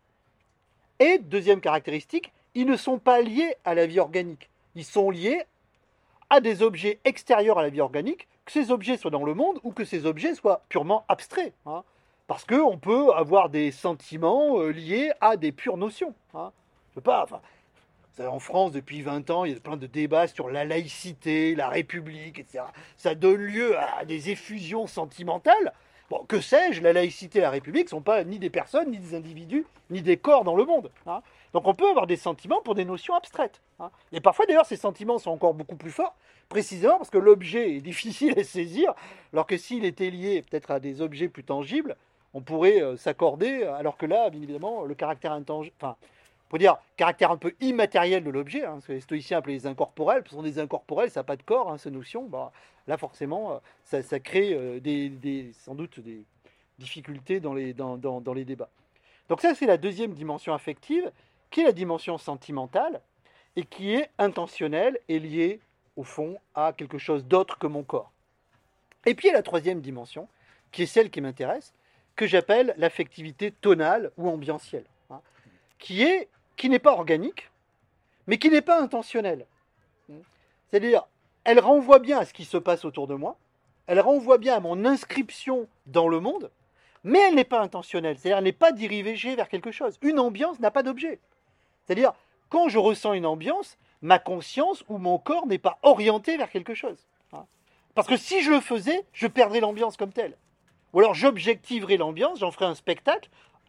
Et deuxième caractéristique, ils ne sont pas liés à la vie organique. Ils sont liés à des objets extérieurs à la vie organique, que ces objets soient dans le monde ou que ces objets soient purement abstraits. Hein. Parce qu'on peut avoir des sentiments liés à des pures notions. Hein. Je peux pas, enfin, en France, depuis 20 ans, il y a plein de débats sur la laïcité, la République, etc. Ça donne lieu à des effusions sentimentales. Bon, que sais-je, la laïcité et la République ne sont pas ni des personnes, ni des individus, ni des corps dans le monde. Hein. Donc on peut avoir des sentiments pour des notions abstraites. Hein. Et parfois d'ailleurs ces sentiments sont encore beaucoup plus forts, précisément parce que l'objet est difficile à saisir, alors que s'il était lié peut-être à des objets plus tangibles, on pourrait s'accorder, alors que là, bien évidemment, le caractère intangible, enfin, on peut dire caractère un peu immatériel de l'objet, hein, ce que les stoïciens appelaient les incorporels, ce sont des incorporels, ça n'a pas de corps, hein, ces notions, bah, là forcément, ça crée sans doute des difficultés dans les débats. Donc ça, c'est la deuxième dimension affective, qui est la dimension sentimentale, et qui est intentionnelle et liée, au fond, à quelque chose d'autre que mon corps. Et puis il y a la troisième dimension, qui est celle qui m'intéresse, que j'appelle l'affectivité tonale ou ambientielle, hein, qui n'est pas organique, mais qui n'est pas intentionnelle. C'est-à-dire, elle renvoie bien à ce qui se passe autour de moi, elle renvoie bien à mon inscription dans le monde, mais elle n'est pas intentionnelle, c'est-à-dire elle n'est pas dirigée vers quelque chose. Une ambiance n'a pas d'objet. C'est-à-dire, quand je ressens une ambiance, ma conscience ou mon corps n'est pas orienté vers quelque chose. Hein. Parce que si je le faisais, je perdrais l'ambiance comme telle. Ou alors j'objectiverais l'ambiance, j'en ferais un spectacle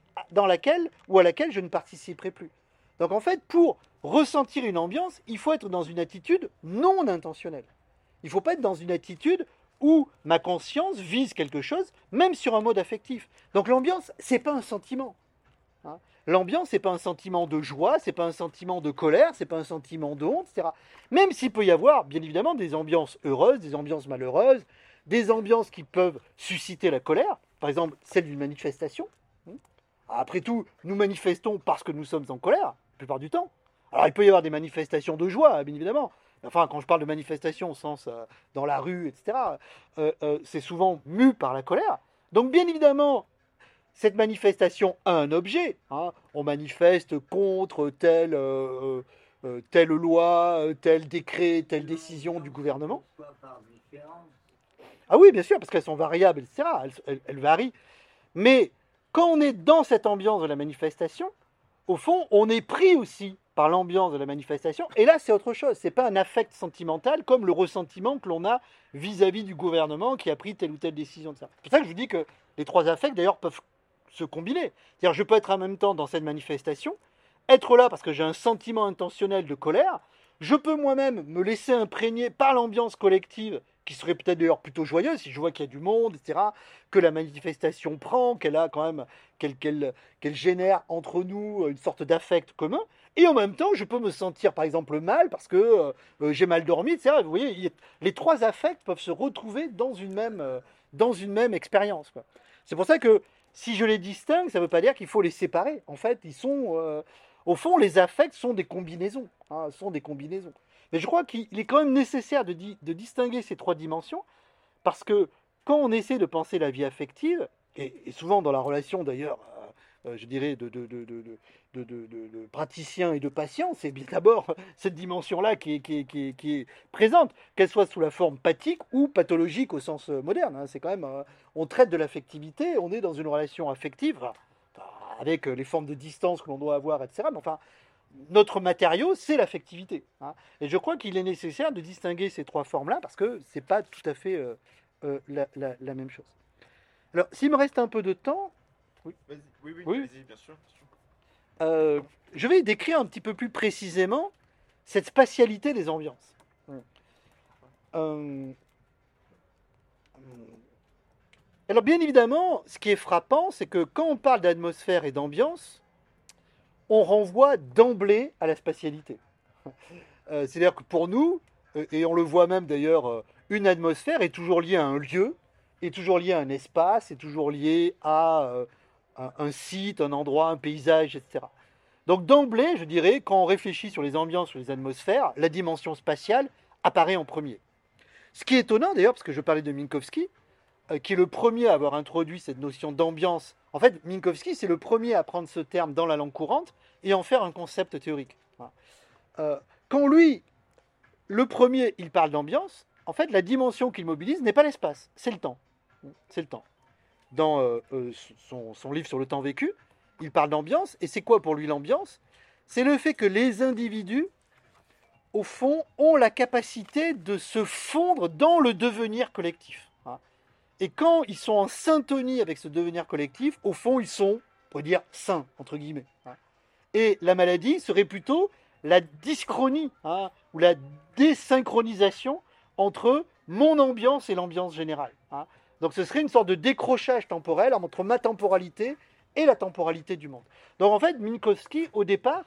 à laquelle je ne participerai plus. Donc en fait, pour ressentir une ambiance, il faut être dans une attitude non intentionnelle. Il ne faut pas être dans une attitude où ma conscience vise quelque chose, même sur un mode affectif. Donc l'ambiance, c'est pas un sentiment. Hein. L'ambiance, c'est pas un sentiment de joie, c'est pas un sentiment de colère, c'est pas un sentiment de honte, etc. Même s'il peut y avoir, bien évidemment, des ambiances heureuses, des ambiances malheureuses, des ambiances qui peuvent susciter la colère, par exemple celle d'une manifestation. Après tout, nous manifestons parce que nous sommes en colère, la plupart du temps. Alors il peut y avoir des manifestations de joie, bien évidemment. Enfin, quand je parle de manifestations au sens dans la rue, etc., c'est souvent mu par la colère. Donc bien évidemment, cette manifestation a un objet. Hein. On manifeste contre telle loi, tel décret, telle décision du gouvernement. Ah oui, bien sûr, parce qu'elles sont variables, etc. Elles varient. Mais quand on est dans cette ambiance de la manifestation, au fond, on est pris aussi par l'ambiance de la manifestation. Et là, c'est autre chose. C'est pas un affect sentimental comme le ressentiment que l'on a vis-à-vis du gouvernement qui a pris telle ou telle décision. C'est pour ça que je vous dis que les trois affects, d'ailleurs, peuvent se combiner. C'est-à-dire, je peux être en même temps dans cette manifestation, être là parce que j'ai un sentiment intentionnel de colère. Je peux moi-même me laisser imprégner par l'ambiance collective, qui serait peut-être d'ailleurs plutôt joyeuse, si je vois qu'il y a du monde, etc., que la manifestation prend, qu'elle a quand même, qu'elle génère entre nous une sorte d'affect commun. Et en même temps, je peux me sentir, par exemple, mal parce que j'ai mal dormi, etc. Vous voyez, les trois affects peuvent se retrouver dans une même expérience. Quoi. C'est pour ça que si je les distingue, ça ne veut pas dire qu'il faut les séparer. En fait, ils sont... au fond, les affects sont des combinaisons. Hein, sont des combinaisons. Mais je crois qu'il est quand même nécessaire de distinguer ces trois dimensions, parce que quand on essaie de penser la vie affective, et souvent dans la relation d'ailleurs, je dirais, de praticien et de patient, c'est bien d'abord cette dimension-là qui est présente, qu'elle soit sous la forme pathique ou pathologique au sens moderne. Hein, c'est quand même, on traite de l'affectivité, on est dans une relation affective, avec les formes de distance que l'on doit avoir, etc. Mais enfin, notre matériau, c'est l'affectivité. Hein. Et je crois qu'il est nécessaire de distinguer ces trois formes-là, parce que ce n'est pas tout à fait la même chose. Alors, s'il me reste un peu de temps... Oui, oui, Oui. Vas-y, bien sûr. Je vais décrire un petit peu plus précisément cette spatialité des ambiances. Alors, bien évidemment, ce qui est frappant, c'est que quand on parle d'atmosphère et d'ambiance, on renvoie d'emblée à la spatialité. C'est-à-dire que pour nous, et on le voit même d'ailleurs, une atmosphère est toujours liée à un lieu, est toujours lié à un espace, est toujours lié à un site, un endroit, un paysage, etc. Donc d'emblée, je dirais, quand on réfléchit sur les ambiances, sur les atmosphères, la dimension spatiale apparaît en premier. Ce qui est étonnant d'ailleurs, parce que je parlais de Minkowski, qui est le premier à avoir introduit cette notion d'ambiance. En fait, Minkowski, c'est le premier à prendre ce terme dans la langue courante et en faire un concept théorique. Voilà. Quand lui, le premier, il parle d'ambiance, en fait, la dimension qu'il mobilise n'est pas l'espace, c'est le temps. C'est le temps. Dans son livre sur le temps vécu, il parle d'ambiance, et c'est quoi pour lui l'ambiance? C'est le fait que les individus, au fond, ont la capacité de se fondre dans le devenir collectif. Et quand ils sont en syntonie avec ce devenir collectif, au fond, ils sont, on pourrait dire, sains, entre guillemets. Et la maladie serait plutôt la dyschronie, ou la désynchronisation entre mon ambiance et l'ambiance générale. Donc ce serait une sorte de décrochage temporel entre ma temporalité et la temporalité du monde. Donc en fait, Minkowski, au départ,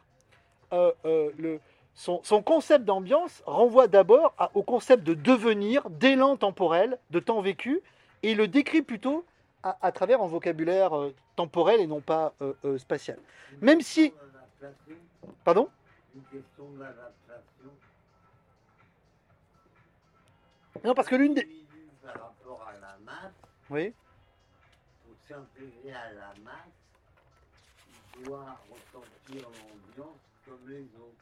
son concept d'ambiance renvoie d'abord au concept de devenir, d'élan temporel, de temps vécu, et il le décrit plutôt à travers un vocabulaire temporel et non pas spatial. Même si... Pardon ? Une question d'adaptation. Non, parce que l'une des... L'individu par rapport à la masse, Oui. pour s'intégrer à la masse, il doit ressentir l'ambiance comme les autres.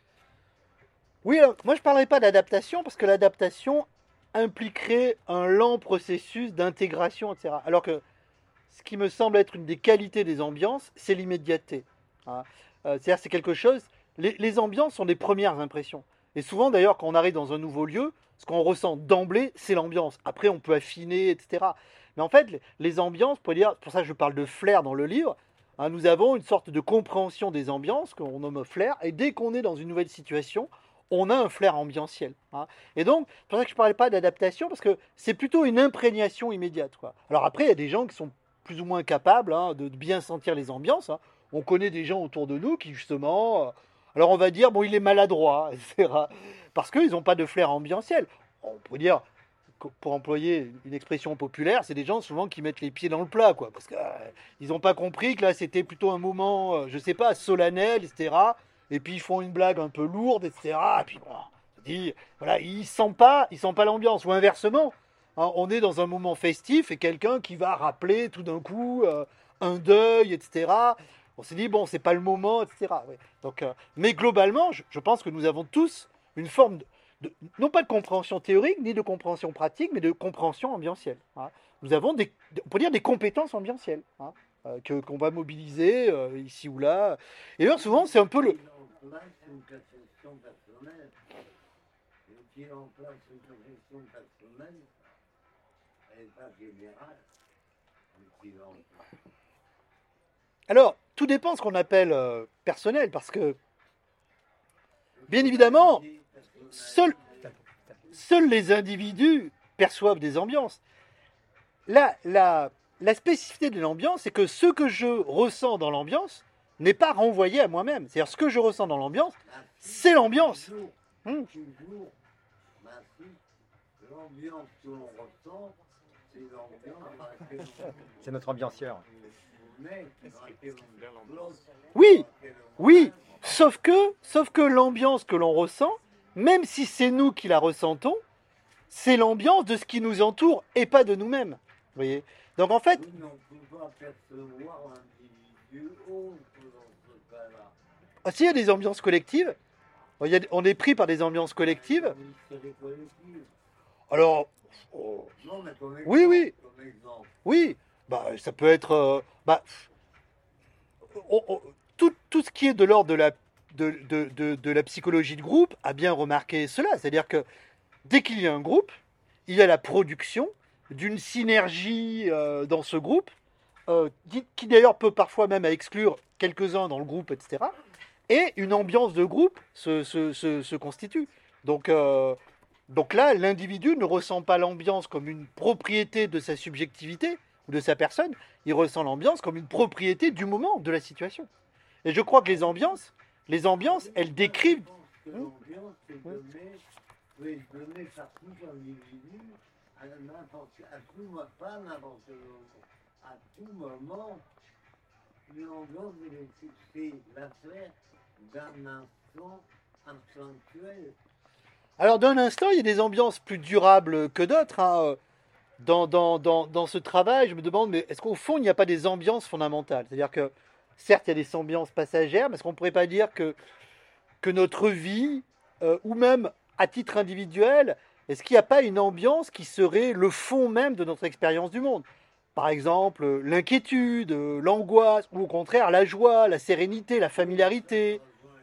Oui, alors, moi je ne parlerai pas d'adaptation, parce que l'adaptation impliquerait un lent processus d'intégration, etc. Alors que ce qui me semble être une des qualités des ambiances, c'est l'immédiateté. C'est-à-dire c'est quelque chose... Les ambiances sont des premières impressions. Et souvent d'ailleurs, quand on arrive dans un nouveau lieu, ce qu'on ressent d'emblée, c'est l'ambiance. Après, on peut affiner, etc. Mais en fait, les ambiances, pour dire, pour ça que je parle de flair dans le livre, nous avons une sorte de compréhension des ambiances qu'on nomme flair, et dès qu'on est dans une nouvelle situation, on a un flair ambientiel. Et donc, c'est pour ça que je ne parlais pas d'adaptation, parce que c'est plutôt une imprégnation immédiate. Alors après, il y a des gens qui sont plus ou moins capables de bien sentir les ambiances. On connaît des gens autour de nous qui, justement... alors on va dire, bon, il est maladroit, etc. Parce qu'ils n'ont pas de flair ambientiel. On peut dire, pour employer une expression populaire, c'est des gens souvent qui mettent les pieds dans le plat, quoi. Parce qu'ils n'ont pas compris que là, c'était plutôt un moment, je ne sais pas, solennel, etc. Et puis ils font une blague un peu lourde, etc. Et puis bon, on dit, voilà, ils ne sentent pas l'ambiance. Ou inversement, on est dans un moment festif et quelqu'un qui va rappeler tout d'un coup un deuil, etc. On s'est dit, bon, c'est pas le moment, etc. Oui. Donc, mais globalement, je pense que nous avons tous une forme non pas de compréhension théorique, ni de compréhension pratique, mais de compréhension ambientielle. Nous avons on peut dire des compétences ambientielles qu'on va mobiliser ici ou là. Et alors, souvent, c'est un peu le... C'est une perception personnelle. Et qui en place une perception personnelle, elle n'est pas générale. Mais qui en place. Alors, tout dépend de ce qu'on appelle personnel, parce que, bien évidemment, seuls les individus perçoivent des ambiances. La spécificité de l'ambiance, c'est que ce que je ressens dans l'ambiance n'est pas renvoyé à moi-même. C'est-à-dire, ce que je ressens dans l'ambiance, c'est l'ambiance. Toujours, l'ambiance que l'on ressent, c'est l'ambiance dans laquelle C'est notre ambiancière. Oui, sauf que l'ambiance que l'on ressent, même si c'est nous qui la ressentons, c'est l'ambiance de ce qui nous entoure et pas de nous-mêmes. Vous voyez ? Donc en fait... Oui, mais on ne peut pas percevoir l'individu autre dans ce cas-là. S'il y a des ambiances collectives, on est pris par des ambiances collectives. Alors... Non, mais comme exemple, oui. Comme exemple. Oui, ça peut être... tout ce qui est de l'ordre de la psychologie de groupe a bien remarqué cela. C'est-à-dire que dès qu'il y a un groupe, il y a la production d'une synergie dans ce groupe, qui d'ailleurs peut parfois même exclure quelques-uns dans le groupe, etc. Et une ambiance de groupe se constitue. Donc là, l'individu ne ressent pas l'ambiance comme une propriété de sa subjectivité ou de sa personne, il ressent l'ambiance comme une propriété du moment, de la situation. Et je crois que les ambiances, elles décrivent... L'ambiance est donnée par tout individu pas n'importe quel moment, à tout moment, l'ambiance c'est l'affaire d'un instant intellectuel. Alors d'un instant, il y a des ambiances plus durables que d'autres, hein. Dans ce travail, je me demande, mais est-ce qu'au fond, il n'y a pas des ambiances fondamentales? C'est-à-dire que, certes, il y a des ambiances passagères, mais est-ce qu'on ne pourrait pas dire que notre vie, ou même à titre individuel, est-ce qu'il n'y a pas une ambiance qui serait le fond même de notre expérience du monde? Par exemple, l'inquiétude, l'angoisse, ou au contraire la joie, la sérénité, la familiarité.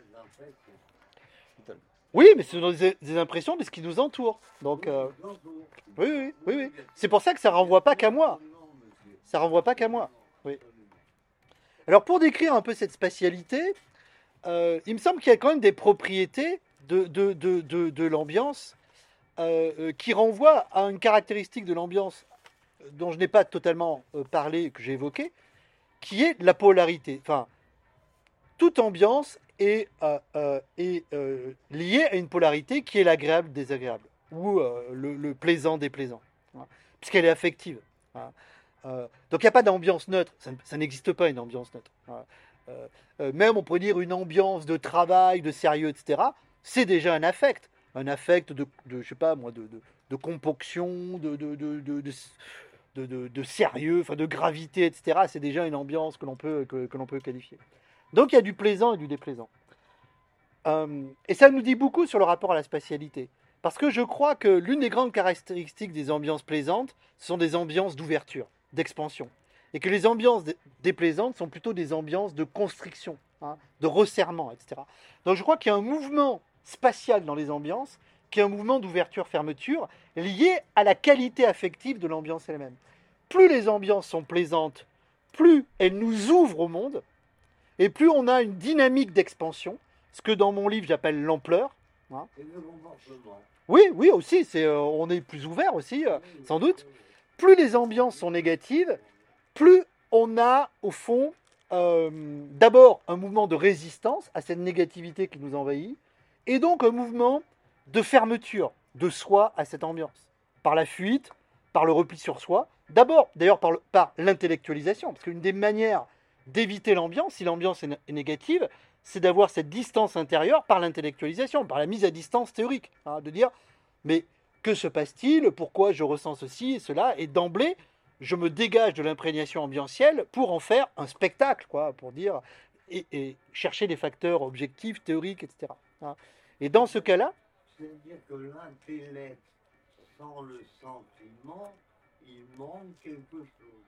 Oui, mais ce sont des impressions de ce qui nous entoure. Donc, oui. C'est pour ça que ça renvoie pas qu'à moi. Ça renvoie pas qu'à moi. Oui. Alors, pour décrire un peu cette spatialité, il me semble qu'il y a quand même des propriétés de l'ambiance qui renvoient à une caractéristique de l'ambiance dont je n'ai pas totalement parlé, que j'ai évoqué, qui est la polarité. Enfin, toute ambiance est liée à une polarité qui est l'agréable-désagréable, ou le plaisant-déplaisant, hein, puisqu'elle est affective. Hein. Donc il n'y a pas d'ambiance neutre, ça n'existe pas une ambiance neutre. Hein. Même on pourrait dire une ambiance de travail, de sérieux, etc. C'est déjà un affect de je sais pas moi, de componction, de sérieux, enfin de gravité, etc. C'est déjà une ambiance que l'on peut qualifier. Donc il y a du plaisant et du déplaisant. Et ça nous dit beaucoup sur le rapport à la spatialité. Parce que je crois que l'une des grandes caractéristiques des ambiances plaisantes sont des ambiances d'ouverture, d'expansion. Et que les ambiances déplaisantes sont plutôt des ambiances de constriction, hein, de resserrement, etc. Donc je crois qu'il y a un mouvement spatial dans les ambiances, qui est un mouvement d'ouverture-fermeture, lié à la qualité affective de l'ambiance elle-même. Plus les ambiances sont plaisantes, plus elles nous ouvrent au monde, et plus on a une dynamique d'expansion, ce que dans mon livre j'appelle l'ampleur. Hein. Et le comportement. Oui, aussi, on est plus ouvert aussi, sans doute. Plus les ambiances sont négatives, plus on a, au fond, d'abord un mouvement de résistance à cette négativité qui nous envahit, et donc un mouvement de fermeture de soi à cette ambiance, par la fuite, par le repli sur soi, d'abord, d'ailleurs, par l'intellectualisation, parce qu'une des manières d'éviter l'ambiance, si l'ambiance est négative, c'est d'avoir cette distance intérieure par l'intellectualisation, par la mise à distance théorique, hein, de dire, mais que se passe-t-il, pourquoi je ressens ceci et cela, et d'emblée, je me dégage de l'imprégnation ambientielle pour en faire un spectacle, quoi, pour dire, et chercher des facteurs objectifs, théoriques, etc. Hein. Et dans ce cas-là, c'est-à-dire que l'intellect, sans le sentiment, il manque quelque chose.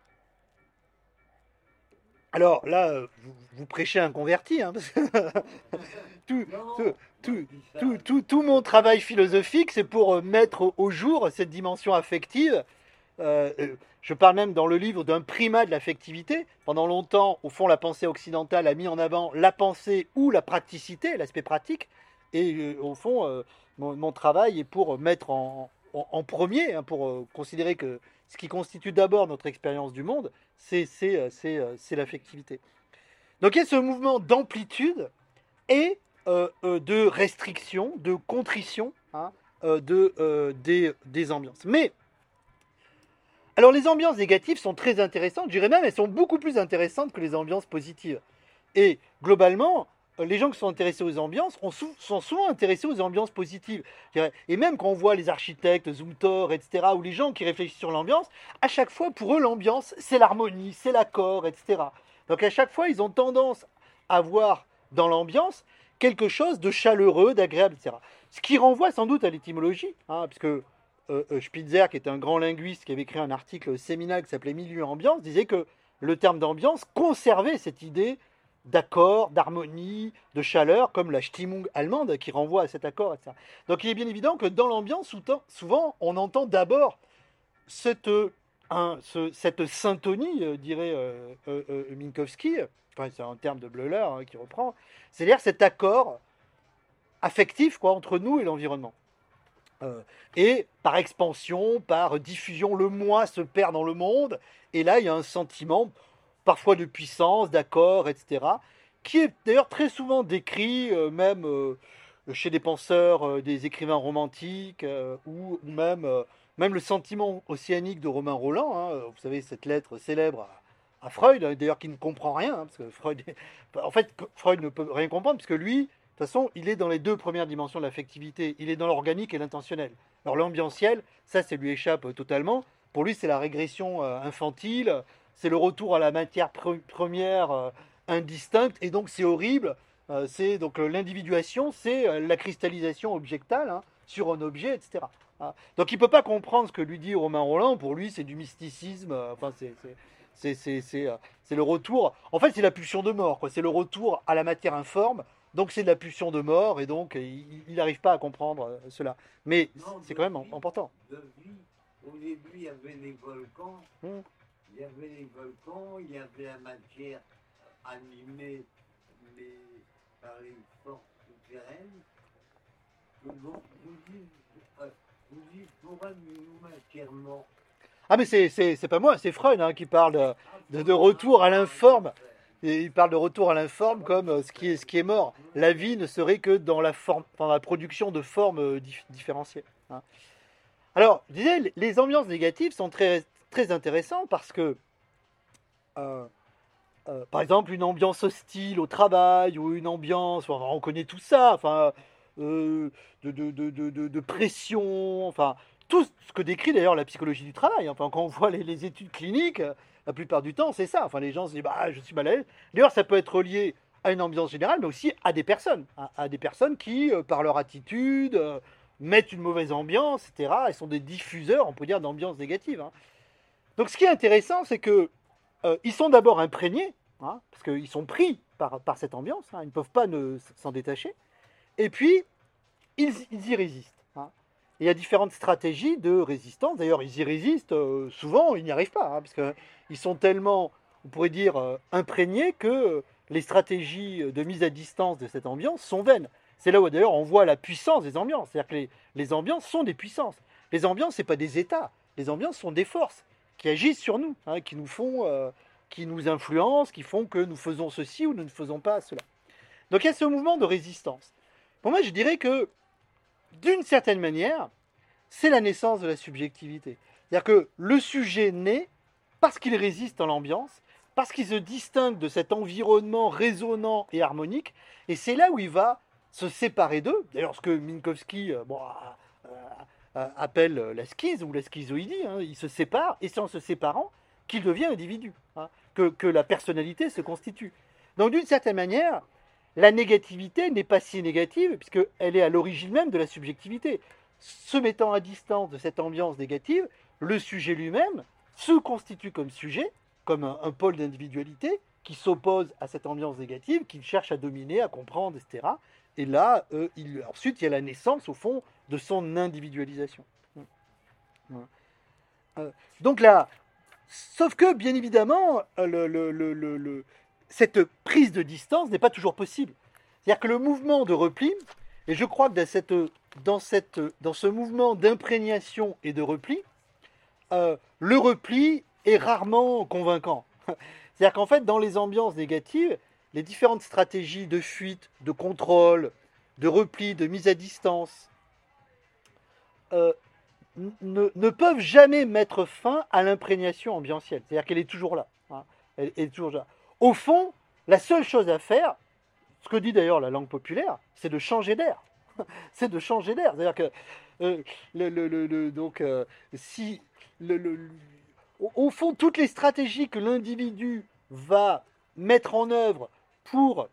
alors là, vous prêchez un converti, hein, parce que tout mon travail philosophique, c'est pour mettre au jour cette dimension affective. Je parle même dans le livre d'un primat de l'affectivité. Pendant longtemps, au fond, la pensée occidentale a mis en avant la pensée ou la praticité, l'aspect pratique. Et au fond, mon travail est pour mettre en premier, hein, pour considérer que ce qui constitue d'abord notre expérience du monde, c'est l'affectivité. Donc il y a ce mouvement d'amplitude et de restriction, de contrition, hein, des ambiances. Mais, alors les ambiances négatives sont très intéressantes, je dirais même elles sont beaucoup plus intéressantes que les ambiances positives. Et globalement, les gens qui sont intéressés aux ambiances sont souvent intéressés aux ambiances positives. Et même quand on voit les architectes, Zumthor, etc., ou les gens qui réfléchissent sur l'ambiance, à chaque fois, pour eux, l'ambiance, c'est l'harmonie, c'est l'accord, etc. Donc à chaque fois, ils ont tendance à voir dans l'ambiance quelque chose de chaleureux, d'agréable, etc. Ce qui renvoie sans doute à l'étymologie, hein, puisque Spitzer, qui était un grand linguiste, qui avait écrit un article séminal qui s'appelait Milieu et ambiance, disait que le terme d'ambiance conservait cette idée d'accord, d'harmonie, de chaleur, comme la Stimmung allemande qui renvoie à cet accord, etc. Donc il est bien évident que dans l'ambiance, souvent, on entend d'abord cette syntonie, dirait Minkowski, enfin, c'est un terme de Bleuler, hein, qui reprend, c'est-à-dire cet accord affectif, quoi, entre nous et l'environnement. Et par expansion, par diffusion, le moi se perd dans le monde, et là il y a un sentiment parfois de puissance, d'accord, etc., qui est d'ailleurs très souvent décrit, même chez des penseurs, des écrivains romantiques, ou même le sentiment océanique de Romain Rolland, hein, vous savez, cette lettre célèbre à Freud, d'ailleurs qui ne comprend rien, hein, parce que Freud, en fait, Freud ne peut rien comprendre, parce que lui, de toute façon, il est dans les deux premières dimensions de l'affectivité, il est dans l'organique et l'intentionnel. Alors l'ambientiel, ça lui échappe totalement. Pour lui, c'est la régression infantile, c'est le retour à la matière première indistincte, et donc c'est horrible. C'est donc l'individuation, c'est la cristallisation objectale, hein, sur un objet, etc. Hein. Donc il ne peut pas comprendre ce que lui dit Romain Rolland. Pour lui, c'est du mysticisme. Enfin, c'est le retour. En fait, c'est la pulsion de mort, quoi. C'est le retour à la matière informe. Donc c'est de la pulsion de mort, et donc il n'arrive pas à comprendre cela. Mais Non, c'est quand même important. de vie, au début, il y avait les volcans. Hmm. Il y avait les volcans, il y avait la matière animée mais par les forces souterraines. Donc, vous dites pour un matière morte. Ah, mais c'est pas moi, c'est Freud, hein, qui parle de retour à l'informe. Et il parle de retour à l'informe comme ce qui est mort. La vie ne serait que dans la forme, dans la production de formes différenciées. Hein. Alors, je disais, les ambiances négatives sont très, très intéressantes parce que, euh, par exemple, une ambiance hostile au travail ou une ambiance, enfin, on connaît tout ça, enfin, de pression, enfin, tout ce que décrit d'ailleurs la psychologie du travail. Enfin, quand on voit les études cliniques, la plupart du temps, c'est ça. Enfin, les gens se disent, bah, je suis mal à l'aise. D'ailleurs, ça peut être relié à une ambiance générale, mais aussi à des personnes, à des personnes qui, par leur attitude, mettent une mauvaise ambiance, etc. Elles sont des diffuseurs, on peut dire, d'ambiance négative. Hein. Donc, ce qui est intéressant, c'est que ils sont d'abord imprégnés, hein, parce qu'ils sont pris par cette ambiance, hein, ils ne peuvent pas s'en détacher, et puis ils y résistent. Hein. Et il y a différentes stratégies de résistance, d'ailleurs ils y résistent, souvent ils n'y arrivent pas, hein, parce qu'ils sont tellement, on pourrait dire, imprégnés que les stratégies de mise à distance de cette ambiance sont vaines. C'est là où d'ailleurs on voit la puissance des ambiances, c'est-à-dire que les ambiances sont des puissances. Les ambiances, ce n'est pas des états, les ambiances sont des forces qui agissent sur nous, hein, qui nous font, qui nous influencent, qui font que nous faisons ceci ou nous ne faisons pas cela. Donc il y a ce mouvement de résistance. Pour moi, je dirais que, d'une certaine manière, c'est la naissance de la subjectivité. C'est-à-dire que le sujet naît parce qu'il résiste à l'ambiance, parce qu'il se distingue de cet environnement résonnant et harmonique, et c'est là où il va se séparer d'eux. D'ailleurs, ce que Minkowski appelle la schise ou la schizoïdie, hein, il se sépare, et c'est en se séparant qu'il devient individu, hein, que la personnalité se constitue. Donc d'une certaine manière, la négativité n'est pas si négative, puisqu'elle est à l'origine même de la subjectivité. Se mettant à distance de cette ambiance négative, le sujet lui-même se constitue comme sujet, comme un pôle d'individualité, qui s'oppose à cette ambiance négative, qu'il cherche à dominer, à comprendre, etc. Et là, ensuite, il y a la naissance, au fond, de son individualisation. Donc là, sauf que, bien évidemment, cette prise de distance n'est pas toujours possible. C'est-à-dire que le mouvement de repli, et je crois que dans ce mouvement d'imprégnation et de repli, le repli est rarement convaincant. C'est-à-dire qu'en fait, dans les ambiances négatives, les différentes stratégies de fuite, de contrôle, de repli, de mise à distance, ne peuvent jamais mettre fin à l'imprégnation ambientielle. C'est-à-dire qu'elle est toujours là. Hein. Elle est toujours là. Au fond, la seule chose à faire, ce que dit d'ailleurs la langue populaire, c'est de changer d'air. C'est de changer d'air. C'est-à-dire que au fond, toutes les stratégies que l'individu va mettre en œuvre pour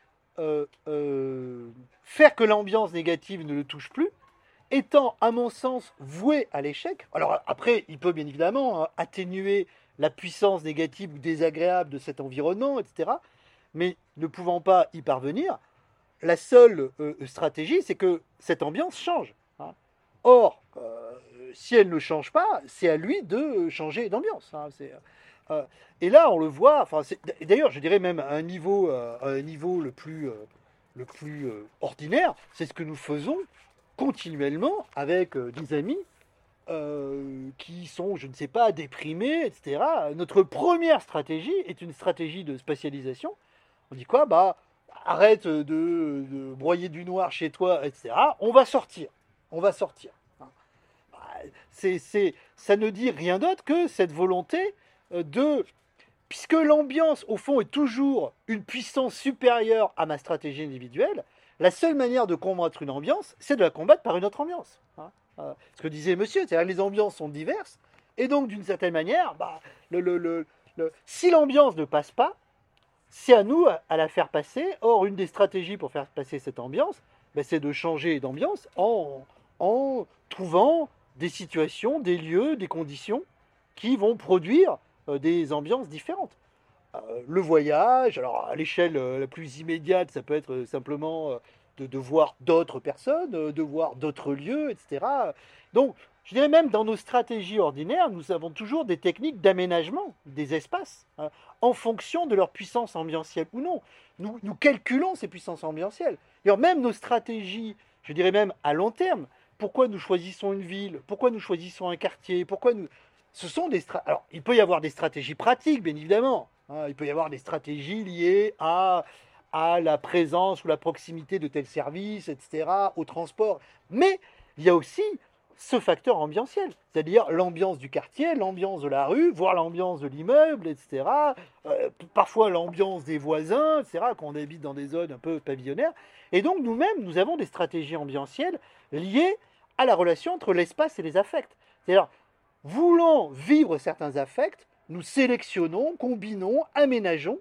faire que l'ambiance négative ne le touche plus, étant, à mon sens, voué à l'échec. Alors après, il peut bien évidemment atténuer la puissance négative ou désagréable de cet environnement, etc. Mais ne pouvant pas y parvenir, la seule stratégie, c'est que cette ambiance change. Hein. Or, si elle ne change pas, c'est à lui de changer d'ambiance. Hein. Et là, on le voit. D'ailleurs, je dirais même à un niveau le plus ordinaire, c'est ce que nous faisons continuellement avec des amis qui sont, je ne sais pas, déprimés, etc. Notre première stratégie est une stratégie de spatialisation. On dit quoi ? arrête de broyer du noir chez toi, etc. On va sortir. On va sortir. Bah, ça ne dit rien d'autre que cette volonté de... Puisque l'ambiance, au fond, est toujours une puissance supérieure à ma stratégie individuelle, la seule manière de combattre une ambiance, c'est de la combattre par une autre ambiance. Ce que disait monsieur, c'est-à-dire les ambiances sont diverses, et donc d'une certaine manière, bah, si l'ambiance ne passe pas, c'est à nous à la faire passer. Or, une des stratégies pour faire passer cette ambiance, bah, c'est de changer d'ambiance en trouvant des situations, des lieux, des conditions qui vont produire des ambiances différentes. Le voyage, alors à l'échelle la plus immédiate, ça peut être simplement de voir d'autres personnes, de voir d'autres lieux, etc. Donc, je dirais même dans nos stratégies ordinaires, nous avons toujours des techniques d'aménagement des espaces en fonction de leur puissance ambientielle ou non. Nous calculons ces puissances ambientielles. D'ailleurs, même nos stratégies, je dirais même à long terme, pourquoi nous choisissons une ville, pourquoi nous choisissons un quartier, pourquoi nous... Ce sont des Alors, il peut y avoir des stratégies pratiques, bien évidemment. Il peut y avoir des stratégies liées à la présence ou la proximité de tels services, etc., au transport. Mais il y a aussi ce facteur ambientiel, c'est-à-dire l'ambiance du quartier, l'ambiance de la rue, voire l'ambiance de l'immeuble, etc. Parfois l'ambiance des voisins, etc., quand on habite dans des zones un peu pavillonnaires. Et donc nous-mêmes, nous avons des stratégies ambientielles liées à la relation entre l'espace et les affects. C'est-à-dire, voulant vivre certains affects, nous sélectionnons, combinons, aménageons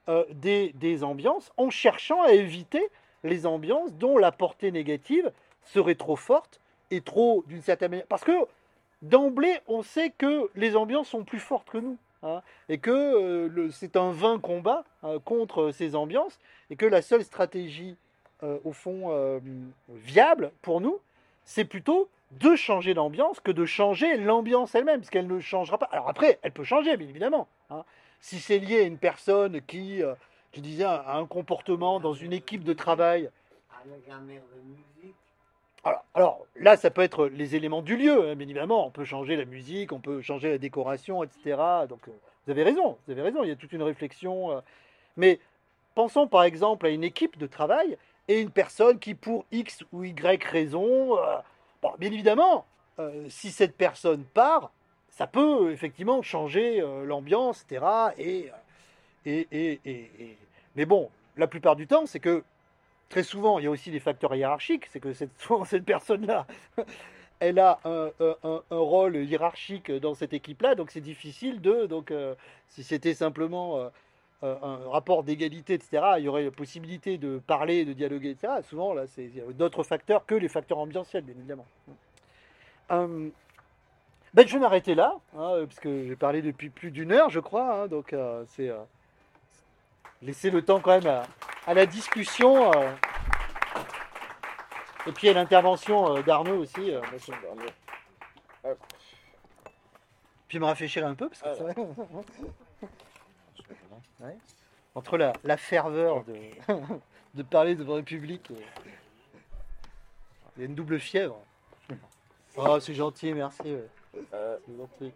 des ambiances en cherchant à éviter les ambiances dont la portée négative serait trop forte et trop, d'une certaine manière... Parce que d'emblée, on sait que les ambiances sont plus fortes que nous. Et que c'est un vain combat contre ces ambiances, et que la seule stratégie, au fond, viable pour nous, c'est plutôt de changer d'ambiance que de changer l'ambiance elle-même, parce qu'elle ne changera pas. Alors après, elle peut changer, bien évidemment. Si c'est lié à une personne qui, je disais, a un comportement dans une équipe de travail. Avec un air de musique. Alors là, ça peut être les éléments du lieu, bien évidemment. On peut changer la musique, on peut changer la décoration, etc. Donc vous avez raison, il y a toute une réflexion. Mais pensons par exemple à une équipe de travail et une personne qui, pour X ou Y raison, bon, bien évidemment, si cette personne part, ça peut effectivement changer l'ambiance, etc. Mais bon, la plupart du temps, c'est que très souvent, il y a aussi des facteurs hiérarchiques. C'est que souvent, cette personne-là, elle a un rôle hiérarchique dans cette équipe-là, donc c'est difficile de... Donc, si c'était simplement un rapport d'égalité, etc., il y aurait la possibilité de parler, de dialoguer, etc. Souvent, là, il y a d'autres facteurs que les facteurs ambientiels, bien évidemment. Ben, je vais m'arrêter là, parce que j'ai parlé depuis plus d'une heure, je crois. Donc, c'est laisser le temps quand même à la discussion. Et puis, à l'intervention d'Arnaud aussi. Puis me rafraîchir un peu, parce que c'est vrai. Ouais. Entre la ferveur de parler devant le public, il y a une double fièvre. Oh, c'est gentil, merci. C'est gentil.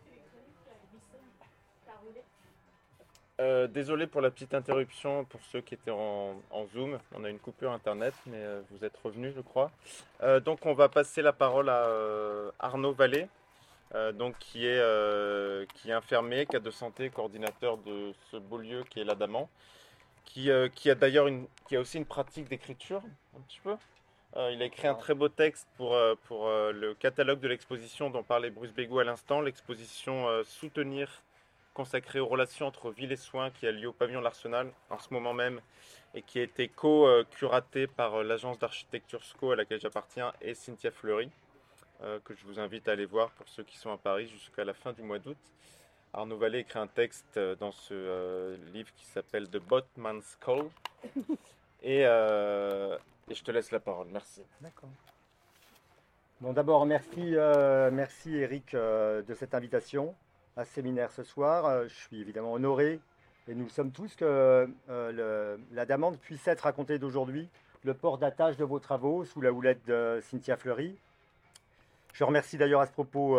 Désolé pour la petite interruption pour ceux qui étaient en Zoom. On a une coupure internet, mais vous êtes revenus, je crois. Donc, on va passer la parole à Arnaud Vallée, donc qui est infirmier, cadre de santé, coordinateur de ce beau lieu qui est l'Adamant, qui a d'ailleurs qui a aussi une pratique d'écriture, un petit peu. Il a écrit un très beau texte pour le catalogue de l'exposition dont parlait Bruce Bégou à l'instant, l'exposition Soutenir, consacrée aux relations entre ville et soins, qui a lieu au pavillon de l'Arsenal en ce moment même et qui a été co-curatée par l'agence d'architecture SCO à laquelle j'appartiens et Cynthia Fleury, que je vous invite à aller voir pour ceux qui sont à Paris jusqu'à la fin du mois d'août. Arnaud Vallée écrit un texte dans ce livre qui s'appelle The Boatman's Call et je te laisse la parole. Merci. D'accord. Bon, d'abord, merci Eric de cette invitation à ce séminaire ce soir. Je suis évidemment honoré et nous le sommes tous que la Damande puisse être racontée d'aujourd'hui, le port d'attache de vos travaux sous la houlette de Cynthia Fleury. Je remercie d'ailleurs à ce propos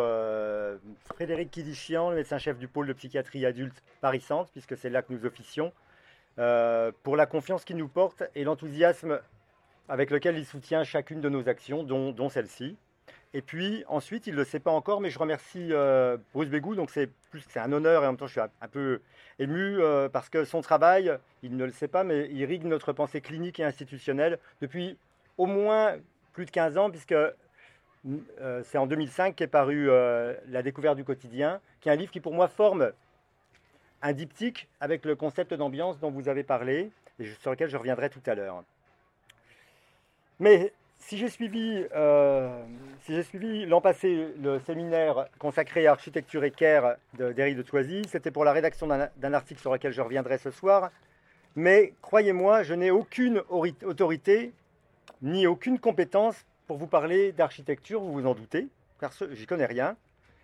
Frédéric Kidichian, le médecin-chef du pôle de psychiatrie adulte Paris-Centre, puisque c'est là que nous officions, pour la confiance qu'il nous porte et l'enthousiasme avec lequel il soutient chacune de nos actions, dont celle-ci. Et puis ensuite, il ne le sait pas encore, mais je remercie Bruce Bégou, donc c'est un honneur et en même temps je suis un peu ému parce que son travail, il ne le sait pas, mais il irrigue notre pensée clinique et institutionnelle depuis au moins plus de 15 ans, puisque c'est en 2005 qu'est paru La découverte du quotidien, qui est un livre qui pour moi forme un diptyque avec le concept d'ambiance dont vous avez parlé, et sur lequel je reviendrai tout à l'heure. Mais si j'ai suivi l'an passé le séminaire consacré à Architecture et Caire d'Éric de Thoisy, c'était pour la rédaction d'un article sur lequel je reviendrai ce soir. Mais croyez-moi, je n'ai aucune autorité ni aucune compétence pour vous parler d'architecture, vous vous en doutez, car j'y connais rien.